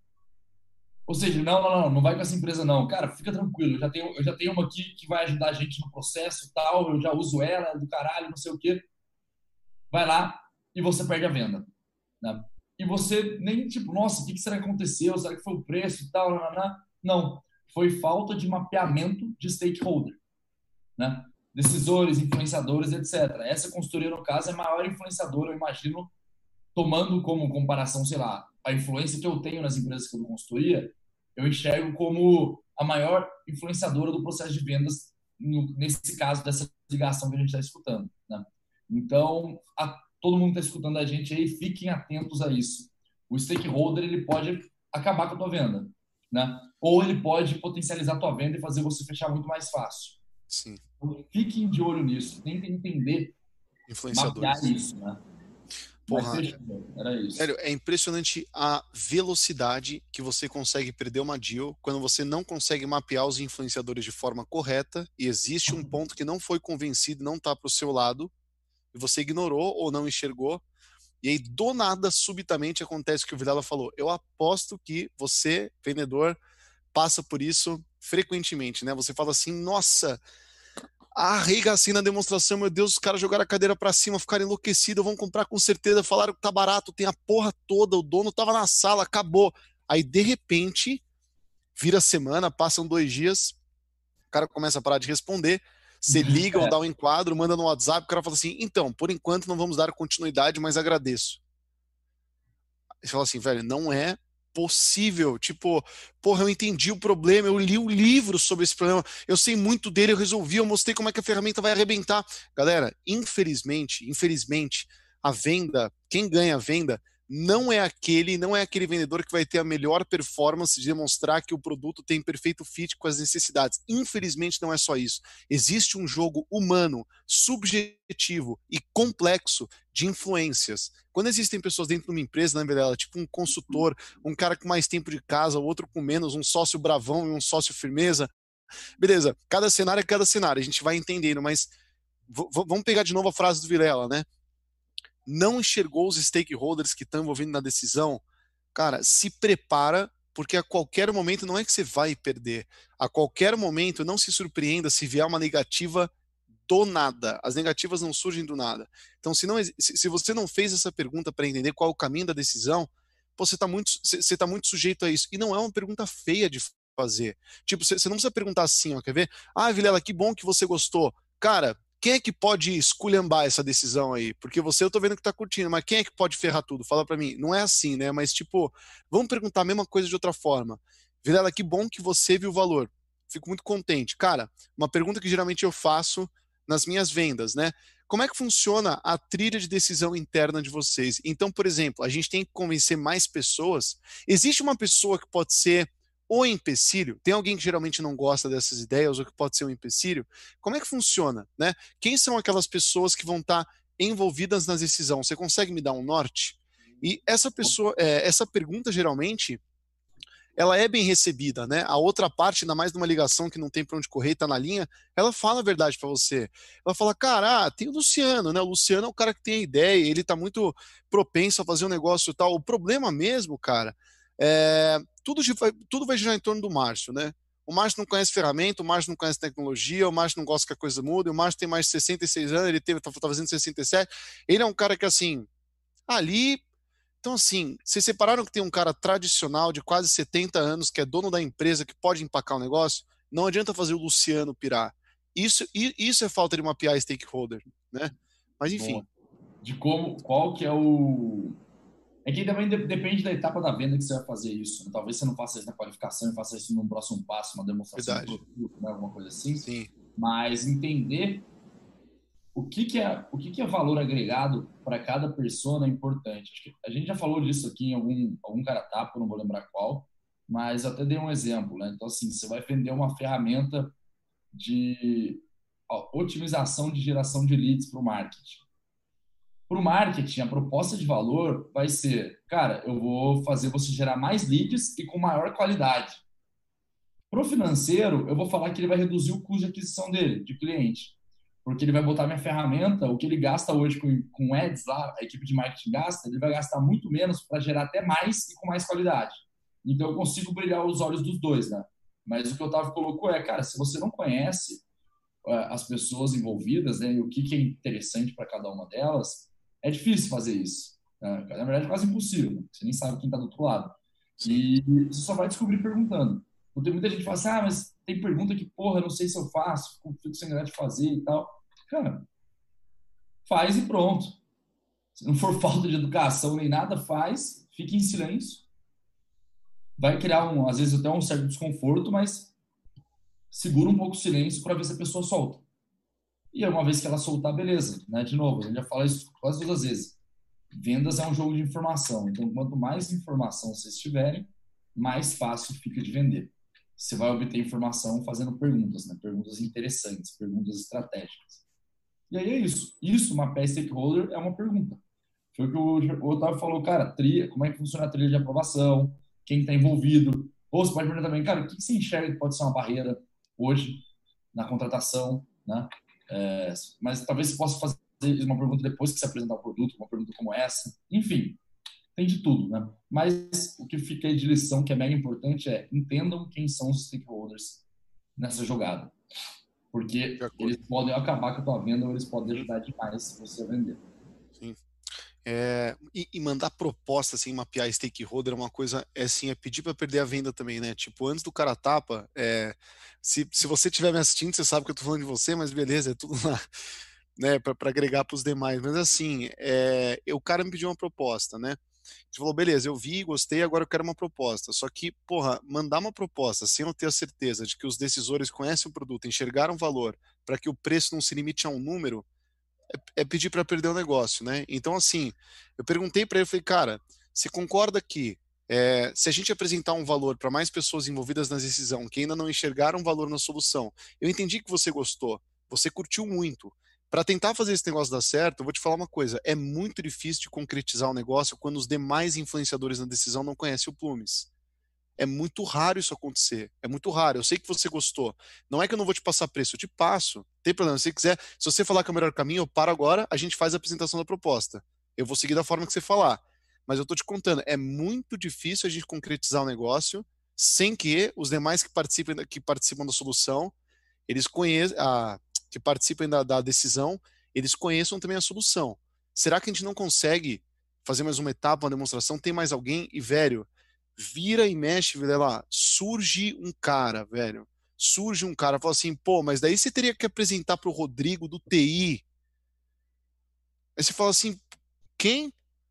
Speaker 4: Ou seja, não vai com essa empresa não. Cara, fica tranquilo, eu já tenho uma aqui que vai ajudar a gente no processo tal, eu já uso ela, do caralho, não sei o quê. Vai lá e você perde a venda. Né? E você nem tipo: nossa, o que será que aconteceu? Será que foi o preço e tal? Não, foi falta de mapeamento de stakeholder. Né? Decisores, influenciadores, etc. Essa consultoria, no caso, é a maior influenciadora, eu imagino, tomando como comparação, sei lá, a influência que eu tenho nas empresas que eu dou consultoria, eu enxergo como a maior influenciadora do processo de vendas, nesse caso dessa ligação que a gente está escutando. Né? Então, todo mundo que está escutando a gente aí, fiquem atentos a isso. O stakeholder, ele pode acabar com a tua venda, né? Ou ele pode potencializar a tua venda e fazer você fechar muito mais fácil.
Speaker 3: Sim.
Speaker 4: Então, fiquem de olho nisso, tentem entender, mapear isso, né?
Speaker 3: Porra,
Speaker 4: era isso.
Speaker 3: Sério, é impressionante a velocidade que você consegue perder uma deal quando você não consegue mapear os influenciadores de forma correta e existe um ponto que não foi convencido, não está para o seu lado, e você ignorou ou não enxergou, e aí do nada, subitamente, acontece o que o Vilela falou. Eu aposto que você, vendedor, passa por isso frequentemente, né? Você fala assim: nossa, arregacei na demonstração, meu Deus, os caras jogaram a cadeira pra cima, ficaram enlouquecidos, vão comprar com certeza, falaram que tá barato, tem a porra toda, o dono tava na sala, acabou. Aí, de repente, vira semana, passam 2 dias, o cara começa a parar de responder, você liga ou dá um enquadro, manda no WhatsApp, o cara fala assim: então, por enquanto não vamos dar continuidade, mas agradeço. Você fala assim: velho, não é possível, tipo, porra, eu entendi o problema, eu li o livro sobre esse problema, eu sei muito dele, eu resolvi, eu mostrei como é que a ferramenta vai arrebentar. Galera, infelizmente, a venda, quem ganha a venda, não é aquele vendedor que vai ter a melhor performance de demonstrar que o produto tem perfeito fit com as necessidades. Infelizmente, não é só isso. Existe um jogo humano, subjetivo e complexo de influências. Quando existem pessoas dentro de uma empresa, né, Vilela, tipo um consultor, um cara com mais tempo de casa, outro com menos, um sócio bravão e um sócio firmeza, beleza, cada cenário é cada cenário, a gente vai entendendo, mas vamos pegar de novo a frase do Vilela, né? Não enxergou os stakeholders que estão envolvidos na decisão, cara, se prepara, porque a qualquer momento não é que você vai perder. A qualquer momento, não se surpreenda se vier uma negativa do nada. As negativas não surgem do nada. Então, se você não fez essa pergunta para entender qual é o caminho da decisão, pô, você tá muito sujeito a isso. E não é uma pergunta feia de fazer. Tipo, você não precisa perguntar assim, ó, quer ver? Ah, Vilela, que bom que você gostou. Cara, quem é que pode esculhambar essa decisão aí? Porque eu tô vendo que tá curtindo, mas quem é que pode ferrar tudo? Fala pra mim. Não é assim, né? Mas, tipo, vamos perguntar a mesma coisa de outra forma. Vilela, que bom que você viu o valor. Fico muito contente. Cara, uma pergunta que geralmente eu faço nas minhas vendas, né? Como é que funciona a trilha de decisão interna de vocês? Então, por exemplo, a gente tem que convencer mais pessoas. Existe uma pessoa que pode ser o empecilho? Tem alguém que geralmente não gosta dessas ideias ou que pode ser um empecilho? Como é que funciona, né? Quem são aquelas pessoas que vão estar envolvidas na decisão? Você consegue me dar um norte? E essa pergunta geralmente ela é bem recebida, né? A outra parte, ainda mais numa ligação que não tem para onde correr, está na linha, ela fala a verdade para você. Ela fala, cara, tem o Luciano, né? O Luciano é o cara que tem a ideia, ele está muito propenso a fazer um negócio e tal. O problema mesmo, cara, tudo vai girar em torno do Márcio, né? O Márcio não conhece ferramenta, o Márcio não conhece tecnologia, o Márcio não gosta que a coisa mude, o Márcio tem mais de 66 anos, ele tá fazendo 67. Ele é um cara que, assim, ali. Então, assim, vocês separaram que tem um cara tradicional de quase 70 anos, que é dono da empresa, que pode empacar o negócio? Não adianta fazer o Luciano pirar. Isso é falta de mapear stakeholder, né? Mas, enfim.
Speaker 4: Qual que é o... É que também depende da etapa da venda que você vai fazer isso, né? Talvez você não faça isso na qualificação e faça isso num próximo passo, uma demonstração de produto, né? Alguma coisa assim.
Speaker 3: Sim.
Speaker 4: Mas entender o que é valor agregado para cada persona é importante. Acho que a gente já falou disso aqui em algum cara-tapa, não vou lembrar qual, mas até dei um exemplo, né? Então, assim, você vai vender uma ferramenta de otimização de geração de leads para o marketing. Para o marketing, a proposta de valor vai ser, cara, eu vou fazer você gerar mais leads e com maior qualidade. Para o financeiro, eu vou falar que ele vai reduzir o custo de aquisição dele, de cliente. Porque ele vai botar minha ferramenta, o que ele gasta hoje com ads lá, a equipe de marketing gasta, ele vai gastar muito menos para gerar até mais e com mais qualidade. Então, eu consigo brilhar os olhos dos dois, né? Mas o que o Otávio colocou é, cara, se você não conhece as pessoas envolvidas, né, e o que é interessante para cada uma delas, é difícil fazer isso. Né? Na verdade, é quase impossível. Né? Você nem sabe quem está do outro lado. Sim. E você só vai descobrir perguntando. Tem muita gente que fala assim, mas tem pergunta que, porra, não sei se eu faço, fico sem graça de fazer e tal. Cara, faz e pronto. Se não for falta de educação nem nada, faz, fique em silêncio. Vai criar, às vezes, até um certo desconforto, mas segura um pouco o silêncio para ver se a pessoa solta. E uma vez que ela soltar, beleza. Né? De novo, a gente já fala isso quase todas as vezes. Vendas é um jogo de informação. Então, quanto mais informação vocês tiverem, mais fácil fica de vender. Você vai obter informação fazendo perguntas, né? Perguntas interessantes, perguntas estratégicas. E aí é isso. Isso, mapear stakeholder, é uma pergunta. Foi o que o Otávio falou, cara, como é que funciona a trilha de aprovação, quem está envolvido. Ou você pode perguntar também, cara, o que você enxerga que pode ser uma barreira hoje na contratação, né? Mas talvez você possa fazer uma pergunta depois que você apresentar o produto, uma pergunta como essa. Enfim, tem de tudo, né? Mas o que fica aí de lição, que é mega importante, é entendam quem são os stakeholders nessa jogada. Porque eles podem acabar com a tua venda ou eles podem ajudar demais você a vender.
Speaker 3: Sim. E mandar proposta, assim, mapear stakeholder é uma coisa, assim, é pedir para perder a venda também, né? Tipo, antes do cara tapa, se você estiver me assistindo, você sabe que eu tô falando de você, mas beleza, é tudo lá, né? Para agregar para os demais. Mas assim, o cara me pediu uma proposta, né? Você falou, beleza, eu vi, gostei, agora eu quero uma proposta. Só que, porra, mandar uma proposta sem eu ter a certeza de que os decisores conhecem o produto, enxergaram valor, para que o preço não se limite a um número, é pedir para perder o negócio, né? Então, assim, eu perguntei para ele, falei, cara, você concorda que se a gente apresentar um valor para mais pessoas envolvidas na decisão que ainda não enxergaram valor na solução, eu entendi que você gostou, você curtiu muito. Para tentar fazer esse negócio dar certo, eu vou te falar uma coisa, é muito difícil de concretizar o negócio quando os demais influenciadores na decisão não conhecem o Plumes. É muito raro isso acontecer. É muito raro. Eu sei que você gostou. Não é que eu não vou te passar preço, eu te passo. Não tem problema. Se você quiser, se você falar que é o melhor caminho, eu paro agora, a gente faz a apresentação da proposta. Eu vou seguir da forma que você falar. Mas eu tô te contando, é muito difícil a gente concretizar o negócio sem que os demais que participam da solução, eles conheçam, que participem da decisão, eles conheçam também a solução. Será que a gente não consegue fazer mais uma etapa, uma demonstração? Tem mais alguém? E, velho, vira e mexe, Vilela, surge um cara, velho. Surge um cara, fala assim, pô, mas daí você teria que apresentar pro Rodrigo do TI. Aí você fala assim, quem?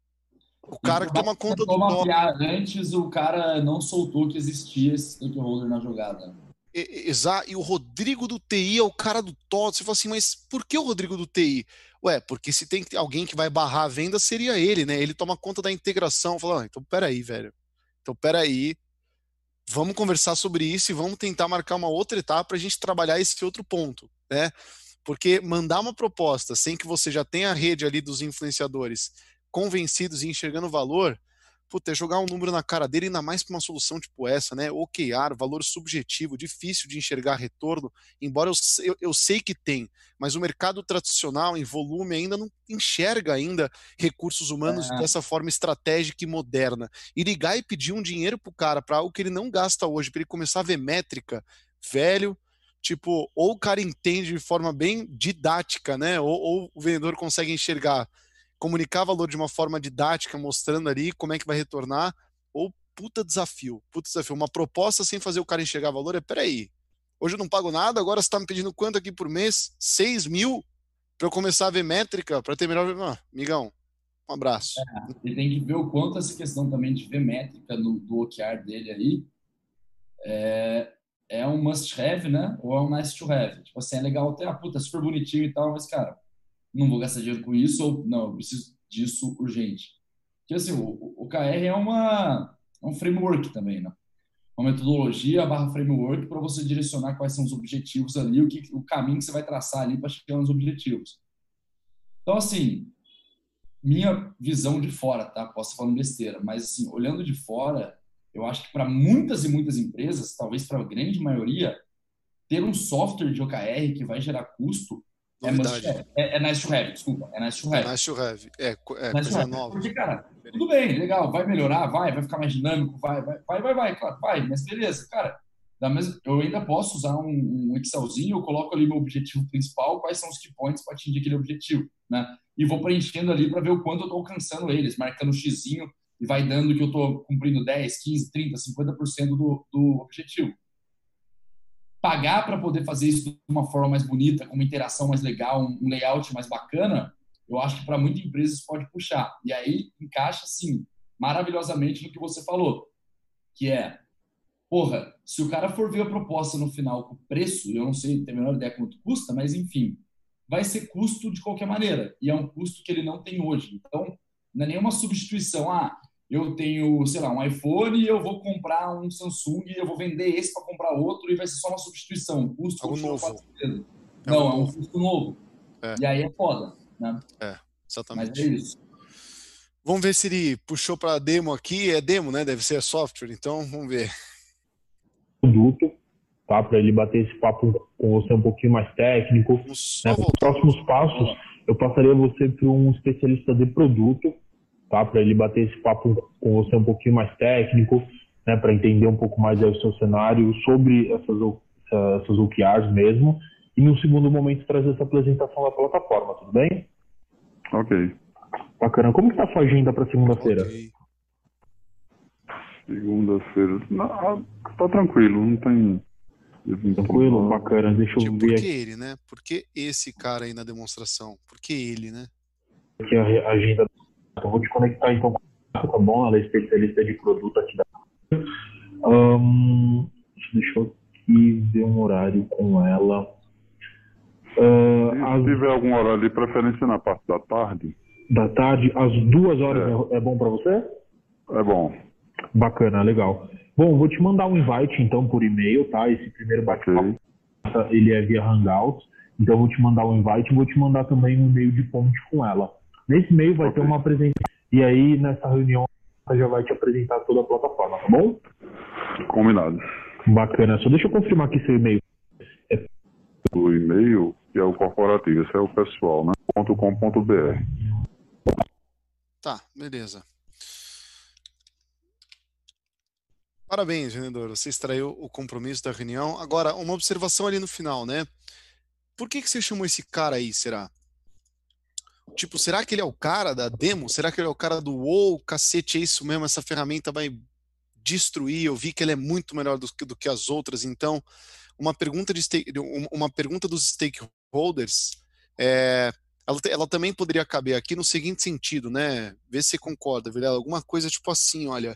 Speaker 3: O cara que toma conta do top.
Speaker 4: Antes, o cara não soltou que existia esse stakeholder na jogada.
Speaker 3: Exato, e o Rodrigo do TI é o cara do TOTS. Você fala assim, mas por que o Rodrigo do TI? Ué, porque se tem alguém que vai barrar a venda, seria ele, né? Ele toma conta da integração. Fala, então peraí, velho. Então peraí, vamos conversar sobre isso e vamos tentar marcar uma outra etapa para a gente trabalhar esse outro ponto, né? Porque mandar uma proposta sem que você já tenha a rede ali dos influenciadores convencidos e enxergando valor, puta, é jogar um número na cara dele, ainda mais para uma solução tipo essa, né? OKR, valor subjetivo, difícil de enxergar retorno, embora eu sei que tem, mas o mercado tradicional em volume ainda não enxerga ainda recursos humanos dessa forma estratégica e moderna. E ligar e pedir um dinheiro pro cara para algo que ele não gasta hoje, para ele começar a ver métrica, velho, tipo, ou o cara entende de forma bem didática, né? Ou o vendedor consegue enxergar, comunicar valor de uma forma didática, mostrando ali como é que vai retornar, ou puta desafio. Uma proposta sem fazer o cara enxergar valor peraí, hoje eu não pago nada, agora você tá me pedindo quanto aqui por mês? 6 mil? Para eu começar a ver métrica, para ter melhor... amigão, um abraço.
Speaker 4: E tem que ver o quanto essa questão também de ver métrica do OKR dele aí é um must have, né? Ou é um nice to have. Tipo assim, é legal ter, puta, super bonitinho e tal, mas, cara, não vou gastar dinheiro com isso, ou não, eu preciso disso urgente. Porque assim, o OKR é um framework também, né? Uma metodologia / framework para você direcionar quais são os objetivos ali, o caminho que você vai traçar ali para chegar nos objetivos. Então, assim, minha visão de fora, tá? Posso estar falando besteira, mas assim, olhando de fora, eu acho que para muitas e muitas empresas, talvez para a grande maioria, ter um software de OKR que vai gerar custo é nice to have, desculpa. É nice to have.
Speaker 3: Nice to have.
Speaker 4: Nice
Speaker 3: coisa nova.
Speaker 4: Porque, cara, tudo bem, legal, vai melhorar, vai ficar mais dinâmico, vai, claro, vai, mas beleza, cara. Eu ainda posso usar um Excelzinho, eu coloco ali meu objetivo principal, quais são os key points para atingir aquele objetivo, né? E vou preenchendo ali para ver o quanto eu estou alcançando eles, marcando o xizinho e vai dando que eu estou cumprindo 10, 15, 30, 50% do objetivo. Pagar para poder fazer isso de uma forma mais bonita, com uma interação mais legal, um layout mais bacana, eu acho que para muitas empresas pode puxar. E aí encaixa, assim, maravilhosamente no que você falou, que é, porra, se o cara for ver a proposta no final com preço, eu não sei, tenho a menor ideia quanto custa, mas enfim, vai ser custo de qualquer maneira. E é um custo que ele não tem hoje. Então, não é nenhuma substituição. Eu tenho, sei lá, um iPhone e eu vou comprar um Samsung e eu vou vender esse para comprar outro e vai ser só uma substituição. Um custo
Speaker 3: novo.
Speaker 4: Não, é um custo novo. E aí é foda, né?
Speaker 3: Exatamente.
Speaker 4: Mas é isso.
Speaker 3: Vamos ver se ele puxou para demo aqui. É demo, né? Deve ser software, então vamos ver.
Speaker 6: Produto, tá? Para ele bater esse papo com você um pouquinho mais técnico. Né? Os próximos passos, eu passaria você para um especialista de produto, tá? Para ele bater esse papo com você um pouquinho mais técnico, né? Para entender um pouco mais o seu cenário sobre essas OKRs mesmo. E no segundo momento trazer essa apresentação da plataforma, tudo bem?
Speaker 5: Ok.
Speaker 6: Bacana. Como que tá a sua agenda para segunda-feira?
Speaker 3: Okay.
Speaker 5: Segunda-feira. Tá tranquilo, não tem.
Speaker 6: Tranquilo, bacana. Deixa eu ver.
Speaker 3: Por que ele, né? Por que esse cara aí na demonstração? Por que ele, né?
Speaker 6: Aqui a agenda. Eu vou te conectar então com ela, tá bom? Ela é especialista de produto aqui da. Deixa eu aqui ver um horário com ela.
Speaker 5: Se tiver algum horário de preferência na parte da tarde.
Speaker 6: Da tarde, às 2 horas é bom para você?
Speaker 5: É bom.
Speaker 6: Bacana, legal. Bom, vou te mandar um invite então por e-mail, tá? Esse primeiro bate-papo, ele é via Hangouts, então eu vou te mandar um invite e vou te mandar também um e-mail de ponte com ela. Nesse e-mail vai ter uma apresentação, e aí nessa reunião ela já vai te apresentar toda a plataforma, tá bom?
Speaker 5: Combinado.
Speaker 6: Bacana, só deixa eu confirmar aqui seu e-mail.
Speaker 5: O e-mail, que é o corporativo, esse é o pessoal, né? .com.br.
Speaker 3: Tá, beleza. Parabéns, vendedor. Você extraiu o compromisso da reunião. Agora, uma observação ali no final, né? Por que você chamou esse cara aí, será? Tipo, será que ele é o cara da demo? Será que ele é o cara do uou, cacete, é isso mesmo? Essa ferramenta vai destruir. Eu vi que ele é muito melhor do que as outras. Então, uma pergunta dos stakeholders, ela também poderia caber aqui no seguinte sentido, né? Vê se você concorda, Vilela. Alguma coisa tipo assim, olha,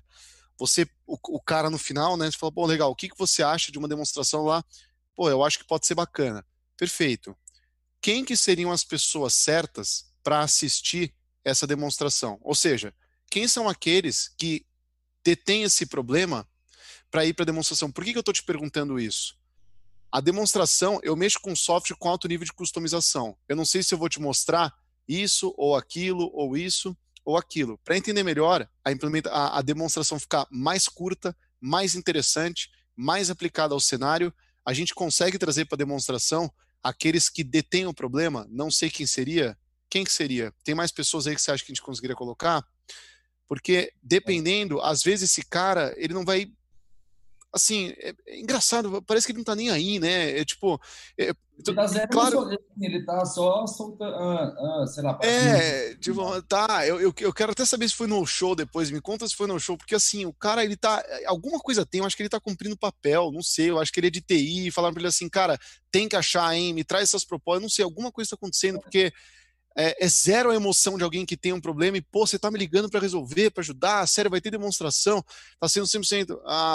Speaker 3: o cara no final, né? Você fala, pô, legal, o que você acha de uma demonstração lá? Pô, eu acho que pode ser bacana. Perfeito. Quem que seriam as pessoas certas para assistir essa demonstração? Ou seja, quem são aqueles que detêm esse problema para ir para a demonstração? Por que eu estou te perguntando isso? A demonstração, eu mexo com software com alto nível de customização. Eu não sei se eu vou te mostrar isso, ou aquilo, ou isso, ou aquilo. Para entender melhor, a demonstração ficar mais curta, mais interessante, mais aplicada ao cenário, a gente consegue trazer para a demonstração aqueles que detêm o problema. Não sei quem seria. Quem que seria? Tem mais pessoas aí que você acha que a gente conseguiria colocar? Porque, dependendo, às vezes esse cara, ele não vai... Assim, é engraçado, parece que ele não tá nem aí, né?
Speaker 4: Ele tá zero, claro, ele tá só soltando, sei lá.
Speaker 3: Tipo, tá, eu quero até saber se foi no show depois, me conta se foi no show, porque assim, o cara, ele tá, alguma coisa tem, eu acho que ele tá cumprindo papel, não sei, eu acho que ele é de TI, falaram pra ele assim, cara, tem que achar, hein, me traz essas propostas, não sei, alguma coisa tá acontecendo, porque é zero a emoção de alguém que tem um problema e, pô, você tá me ligando pra resolver, pra ajudar, sério, vai ter demonstração, tá sendo 100%,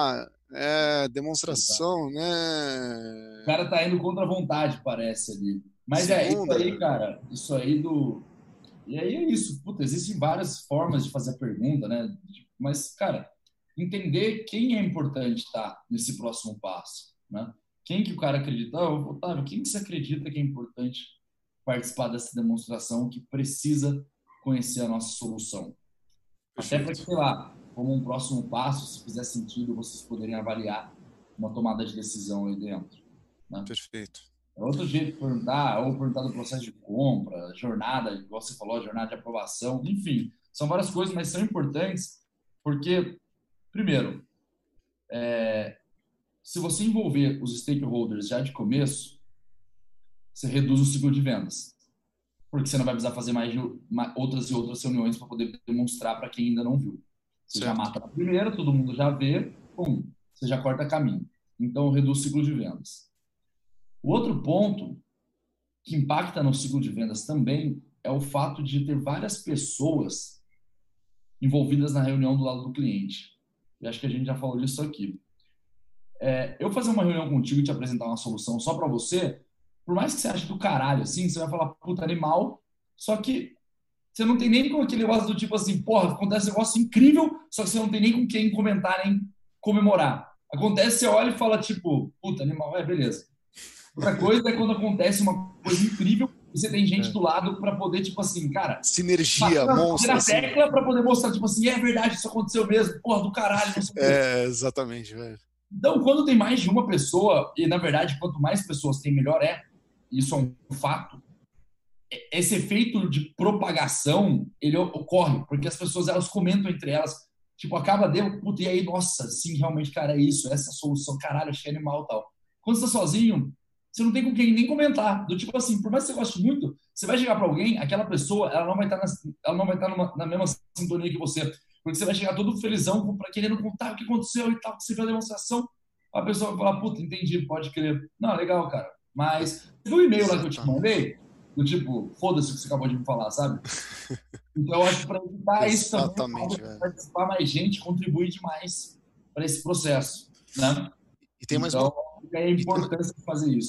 Speaker 3: demonstração, né?
Speaker 4: O cara tá indo contra a vontade, parece ali. Mas isso aí, cara, isso aí do... E aí é isso, puta, existem várias formas de fazer a pergunta, né? Mas, cara, entender quem é importante estar nesse próximo passo, né? Quem que o cara acredita? Otávio, quem que você acredita que é importante participar dessa demonstração, que precisa conhecer a nossa solução? Perfeito. Até para que, sei lá, como um próximo passo, se fizer sentido, vocês poderem avaliar uma tomada de decisão aí dentro, né?
Speaker 3: Perfeito.
Speaker 4: É outro jeito de perguntar, ou perguntar do processo de compra, jornada, igual você falou, jornada de aprovação, enfim, são várias coisas, mas são importantes porque, primeiro, se você envolver os stakeholders já de começo, você reduz o ciclo de vendas, porque você não vai precisar fazer mais outras e outras reuniões para poder demonstrar para quem ainda não viu. Você já mata na primeira, todo mundo já vê, pum, você já corta caminho. Então, reduz o ciclo de vendas. O outro ponto que impacta no ciclo de vendas também é o fato de ter várias pessoas envolvidas na reunião do lado do cliente. E acho que a gente já falou disso aqui. Eu fazer uma reunião contigo e te apresentar uma solução só para você, por mais que você ache do caralho, assim, você vai falar, puta, animal, só que você não tem nem com aquele negócio do tipo assim, porra, acontece um negócio incrível, só que você não tem nem com quem comentar, nem comemorar. Acontece, você olha e fala, tipo, puta, animal, beleza. Outra coisa é quando acontece uma coisa incrível e você tem gente do lado para poder, tipo assim, cara...
Speaker 3: Sinergia, monstro.
Speaker 4: Assim. Tecla para poder mostrar, tipo assim, é verdade, isso aconteceu mesmo, porra, do caralho. Não sei
Speaker 3: exatamente, velho.
Speaker 4: Então, quando tem mais de uma pessoa, e na verdade, quanto mais pessoas tem, melhor isso é um fato, esse efeito de propagação, ele ocorre, porque as pessoas, elas comentam entre elas, tipo, acaba puta, e aí, nossa, sim, realmente, cara, é isso, essa é a solução, caralho, achei animal e tal. Quando você tá sozinho, você não tem com quem nem comentar, do tipo assim, por mais que você goste muito, você vai chegar para alguém, aquela pessoa, ela não vai estar na mesma sintonia que você, porque você vai chegar todo felizão, querendo contar o que aconteceu e tal, que você viu a demonstração, a pessoa vai falar, puta, entendi, pode crer. Não, legal, cara. Mas, você viu o e-mail lá que eu te mandei? Do tipo, foda-se o que você acabou de me falar, sabe? Então, eu acho que para evitar isso também, participar mais gente, contribui demais para esse processo, né?
Speaker 3: E tem mais
Speaker 4: então, é a importância de fazer isso.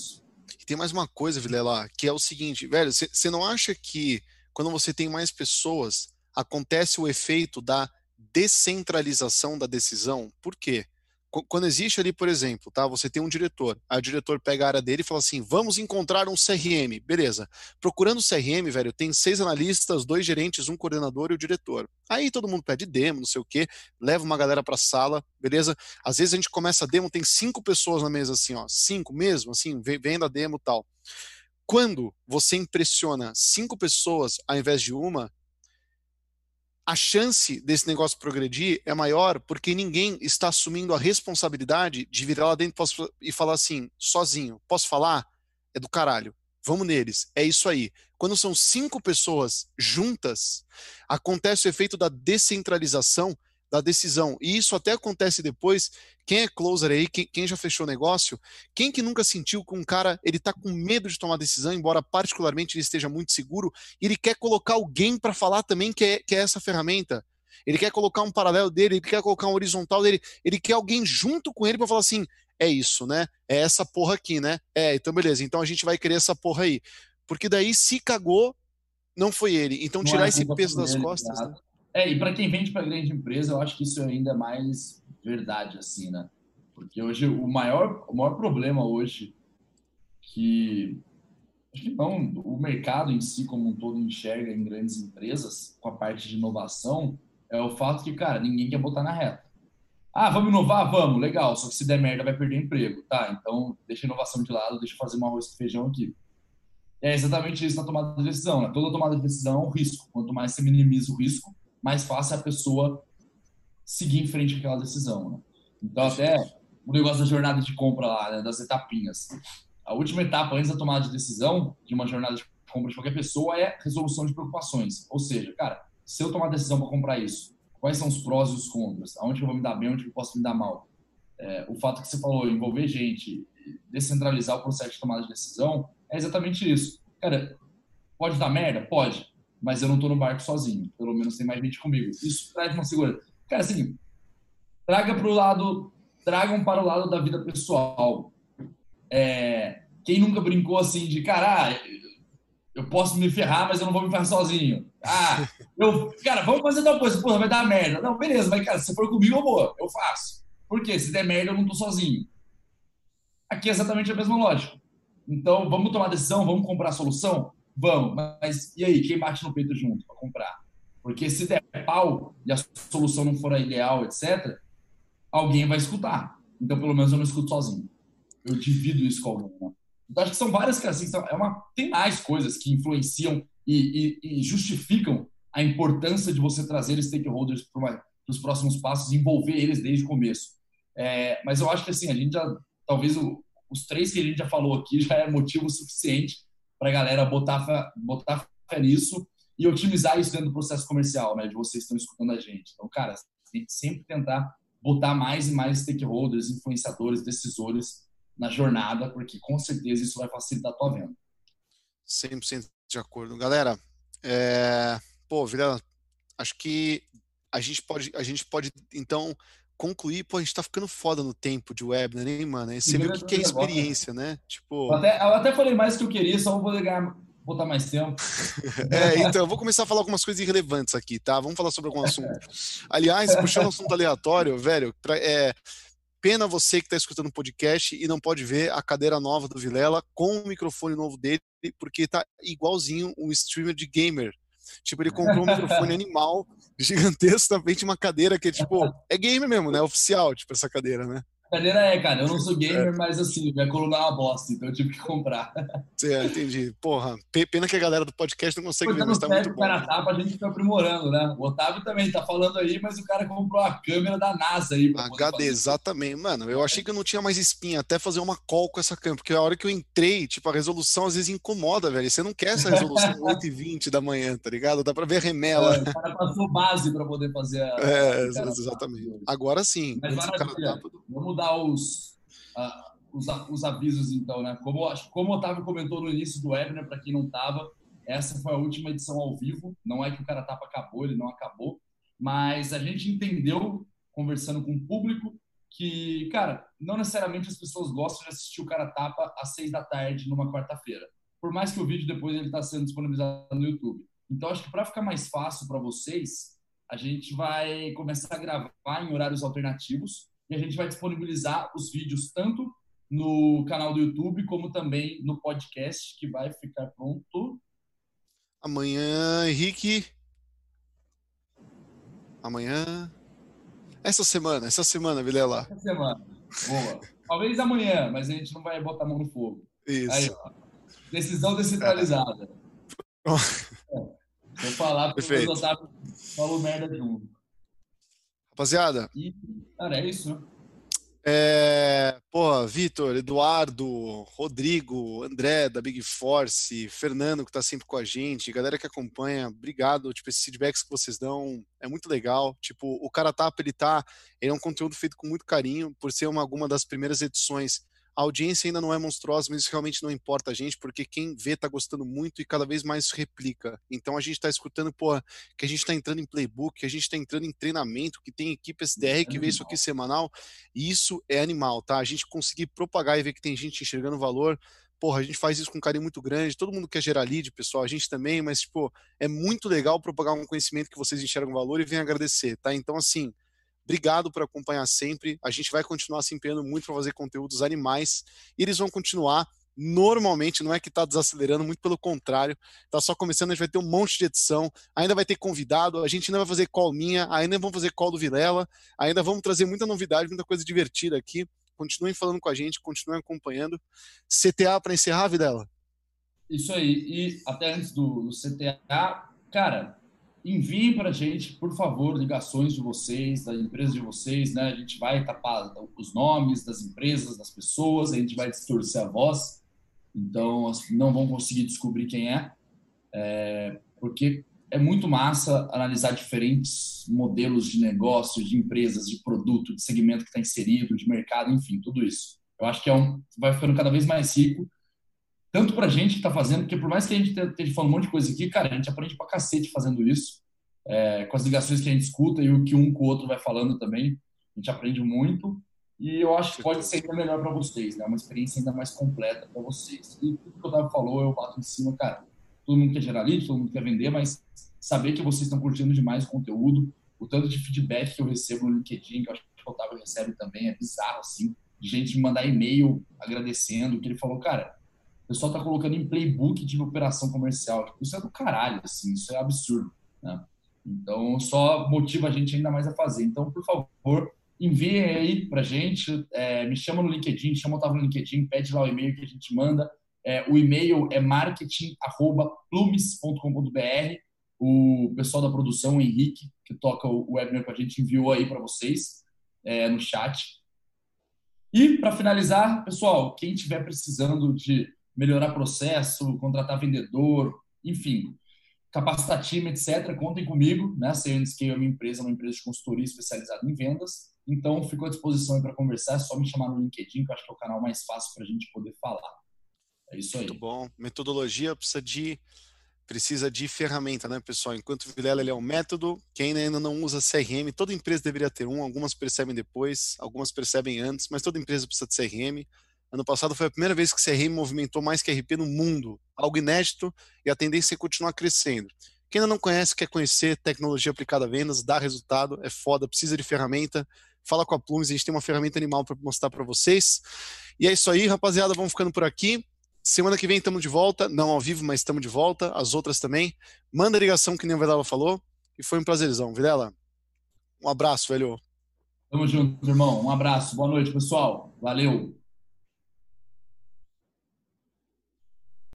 Speaker 3: E tem mais uma coisa, Vilela, que é o seguinte, velho, você não acha que quando você tem mais pessoas, acontece o efeito da descentralização da decisão? Por quê? Quando existe ali, por exemplo, tá? Você tem um diretor, aí o diretor pega a área dele e fala assim, vamos encontrar um CRM, beleza. Procurando o CRM, velho, tem 6 analistas, 2 gerentes, um coordenador e o diretor. Aí todo mundo pede demo, não sei o quê, leva uma galera pra sala, beleza? Às vezes a gente começa a demo, tem 5 pessoas na mesa assim, ó, 5 mesmo, assim, vendo a demo e tal. Quando você impressiona 5 pessoas ao invés de uma, a chance desse negócio progredir é maior porque ninguém está assumindo a responsabilidade de virar lá dentro e falar assim, sozinho, posso falar? É do caralho. Vamos neles. É isso aí. Quando são 5 pessoas juntas, acontece o efeito da descentralização da decisão. E isso até acontece depois. Quem é closer aí, quem já fechou negócio, quem que nunca sentiu que um cara ele tá com medo de tomar decisão, embora particularmente ele esteja muito seguro, e ele quer colocar alguém para falar também que é essa ferramenta. Ele quer colocar um paralelo dele, ele quer colocar um horizontal dele, ele quer alguém junto com ele para falar assim, é isso, né? É essa porra aqui, né? Então beleza, então a gente vai querer essa porra aí. Porque daí se cagou, não foi ele. Então
Speaker 4: Não
Speaker 3: tirar
Speaker 4: é
Speaker 3: esse
Speaker 4: culpa
Speaker 3: peso das
Speaker 4: dele,
Speaker 3: costas, né?
Speaker 4: exato. E para quem vende para grande empresa, eu acho que isso ainda é mais verdade, assim, né? Porque hoje o maior problema hoje que acho que não, o mercado em si como um todo enxerga em grandes empresas com a parte de inovação é o fato que, cara, ninguém quer botar na reta. Ah, vamos inovar? Vamos, legal. Só que se der merda vai perder emprego. Tá, então deixa a inovação de lado, deixa eu fazer um arroz com feijão aqui. É exatamente isso na tomada de decisão, né? Toda tomada de decisão é um risco. Quanto mais você minimiza o risco, mais fácil é a pessoa seguir em frente com aquela decisão, né? Então, até o negócio da jornada de compra lá, né, das etapinhas. A última etapa antes da tomada de decisão de uma jornada de compra de qualquer pessoa é resolução de preocupações. Ou seja, cara, se eu tomar decisão para comprar isso, quais são os prós e os contras? Aonde eu vou me dar bem, onde eu posso me dar mal? O fato que você falou, envolver gente, descentralizar o processo de tomada de decisão, é exatamente isso. Cara, pode dar merda? Pode. Mas eu não tô no barco sozinho. Pelo menos tem mais gente comigo. Isso traz uma segurança. Cara, assim, tragam para o lado da vida pessoal. Quem nunca brincou assim de, cara, eu posso me ferrar, mas eu não vou me ferrar sozinho. Cara, vamos fazer tal coisa. Porra, vai dar merda. Não, beleza, mas, cara, se for comigo, eu faço. Por quê? Se der merda, eu não tô sozinho. Aqui é exatamente a mesma lógica. Então, vamos tomar decisão, vamos comprar a solução? Vamos. Mas e aí, quem bate no peito junto para comprar? Porque se der pau e a solução não for a ideal, etc., alguém vai escutar. Então, pelo menos eu não escuto sozinho. Eu divido isso com alguém. Né? Então, acho que são várias, cara, assim, tem mais coisas que influenciam e justificam a importância de você trazer stakeholders para os próximos passos e envolver eles desde o começo. Mas eu acho que, assim, a gente já, talvez os 3 que a gente já falou aqui já é motivo suficiente para a galera botar fé nisso e otimizar isso dentro do processo comercial, né? De vocês estão escutando a gente. Então, cara, tem que sempre tentar botar mais e mais stakeholders, influenciadores, decisores na jornada, porque com certeza isso vai facilitar a tua venda.
Speaker 3: 100% de acordo. Galera, Vilela, acho que a gente pode então concluir, a gente tá ficando foda no tempo de web, né, nem, mano? Você viu o que é experiência, né? Tipo...
Speaker 4: Eu até falei mais do que eu queria, só vou botar mais tempo.
Speaker 3: Então, eu vou começar a falar algumas coisas irrelevantes aqui, tá? Vamos falar sobre algum assunto. Aliás, puxando um assunto aleatório, velho, pena você que tá escutando o podcast e não pode ver a cadeira nova do Vilela com o microfone novo dele, porque tá igualzinho um streamer de gamer. Tipo, ele comprou um microfone animal gigantesco na frente de uma cadeira que, tipo, é gamer mesmo, né? Oficial, tipo, essa cadeira, né?
Speaker 4: Cadeira cara. Eu não sou gamer, mas assim, minha coluna é uma bosta, então eu tive que comprar.
Speaker 3: Entendi. Porra, pena que a galera do podcast não consegue ver, mas tá muito bom.
Speaker 4: O cara tapa, a gente fica aprimorando, né? O Otávio também tá falando aí, mas o cara comprou a câmera da NASA aí.
Speaker 3: HD, exatamente. Mano, eu achei que eu não tinha mais espinha até fazer uma call com essa câmera, porque a hora que eu entrei, tipo, a resolução às vezes incomoda, velho. Você não quer essa resolução 8h20 da manhã, tá ligado? Dá pra ver a remela.
Speaker 4: O cara passou base pra poder fazer
Speaker 3: exatamente. Agora sim.
Speaker 4: Mas maravilha. Vamos dar os avisos, então, né? Como o Otávio comentou no início do webinar, para quem não estava, essa foi a última edição ao vivo. Não é que o Cara Tapa acabou, ele não acabou, mas a gente entendeu, conversando com o público, que, cara, não necessariamente as pessoas gostam de assistir o Cara Tapa às 6 da tarde numa quarta-feira. Por mais que o vídeo depois ele está sendo disponibilizado no YouTube. Então, acho que para ficar mais fácil para vocês, a gente vai começar a gravar em horários alternativos e a gente vai disponibilizar os vídeos tanto no canal do YouTube como também no podcast, que vai ficar pronto
Speaker 3: Amanhã, Henrique. Amanhã. Essa semana, Vilela.
Speaker 4: essa semana. Boa. Talvez amanhã, mas a gente não vai botar a mão no fogo.
Speaker 3: Isso.
Speaker 4: Aí, ó. Decisão descentralizada. Vou falar porque o Otávio falou merda junto.
Speaker 3: Rapaziada.
Speaker 4: E, cara, é isso, né?
Speaker 3: Vitor, Eduardo, Rodrigo, André da Big Force, Fernando que tá sempre com a gente, galera que acompanha, obrigado, tipo, esses feedbacks que vocês dão é muito legal, tipo, o Cara Tapa, ele é um conteúdo feito com muito carinho, por ser alguma das primeiras edições. A audiência ainda não é monstruosa, mas isso realmente não importa a gente, porque quem vê tá gostando muito e cada vez mais replica. Então a gente tá escutando, que a gente tá entrando em playbook, que a gente tá entrando em treinamento, que tem equipe SDR que vê isso aqui semanal, e isso é animal, tá? A gente conseguir propagar e ver que tem gente enxergando valor, a gente faz isso com um carinho muito grande, todo mundo quer gerar lead, pessoal, a gente também, mas, é muito legal propagar um conhecimento que vocês enxergam valor e vem agradecer, tá? Então, assim, obrigado por acompanhar sempre. A gente vai continuar se empenhando muito para fazer conteúdos animais. E eles vão continuar normalmente, não é que está desacelerando, muito pelo contrário. Está só começando, a gente vai ter um monte de edição. Ainda vai ter convidado, a gente ainda vai fazer call minha, ainda vamos fazer call do Vilela, ainda vamos trazer muita novidade, muita coisa divertida aqui. Continuem falando com a gente, continuem acompanhando. CTA para encerrar, Vilela?
Speaker 4: Isso aí. E até antes do CTA, cara, enviem para a gente, por favor, ligações de vocês, da empresa de vocês, né? A gente vai tapar os nomes das empresas, das pessoas, a gente vai distorcer a voz, então não vão conseguir descobrir quem porque é muito massa analisar diferentes modelos de negócio, de empresas, de produto, de segmento que está inserido, de mercado, enfim, tudo isso. Eu acho que vai ficando cada vez mais rico, tanto pra gente que tá fazendo, porque por mais que a gente esteja falando um monte de coisa aqui, cara, a gente aprende pra cacete fazendo isso, com as ligações que a gente escuta e o que um com o outro vai falando também, a gente aprende muito, e eu acho que pode ser ainda melhor para vocês, né? Uma experiência ainda mais completa para vocês. E tudo que o Otávio falou, eu bato em cima, cara, todo mundo quer gerar lead, todo mundo quer vender, mas saber que vocês estão curtindo demais o conteúdo, o tanto de feedback que eu recebo no LinkedIn, que eu acho que o Otávio recebe também, é bizarro, assim, de gente me mandar e-mail agradecendo, que ele falou, cara, o pessoal tá colocando em playbook de operação comercial. Tipo, isso é do caralho, assim, isso é absurdo, né? Então, só motiva a gente ainda mais a fazer. Então, por favor, enviem aí pra gente, me chama no LinkedIn, chama o Otávio no LinkedIn, pede lá o e-mail que a gente manda. O e-mail é marketing@plumes.com.br. O pessoal da produção, o Henrique, que toca o webinar com a gente, enviou aí para vocês no chat. E, para finalizar, pessoal, quem estiver precisando de melhorar processo, contratar vendedor, enfim, capacitar time, etc., contem comigo, né? A Scale é uma empresa de consultoria especializada em vendas, então fico à disposição para conversar, é só me chamar no LinkedIn, que eu acho que é o canal mais fácil para a gente poder falar. É isso aí.
Speaker 3: Muito bom. Metodologia precisa de ferramenta, né, pessoal? Enquanto o Vilela ele é um método, quem ainda não usa CRM, toda empresa deveria ter algumas percebem depois, algumas percebem antes, mas toda empresa precisa de CRM. Ano passado foi a primeira vez que CRM movimentou mais que RP no mundo, algo inédito, e a tendência é continuar crescendo. Quem ainda não conhece, quer conhecer tecnologia aplicada a vendas, dá resultado, é foda, precisa de ferramenta, fala com a Plumes, a gente tem uma ferramenta animal para mostrar para vocês. E é isso aí, rapaziada, vamos ficando por aqui. Semana que vem estamos de volta, não ao vivo, mas estamos de volta, as outras também. Manda ligação, que nem o Vilela falou, e foi um prazerzão. Vilela, um abraço, velho.
Speaker 4: Tamo junto, irmão. Um abraço. Boa noite, pessoal. Valeu.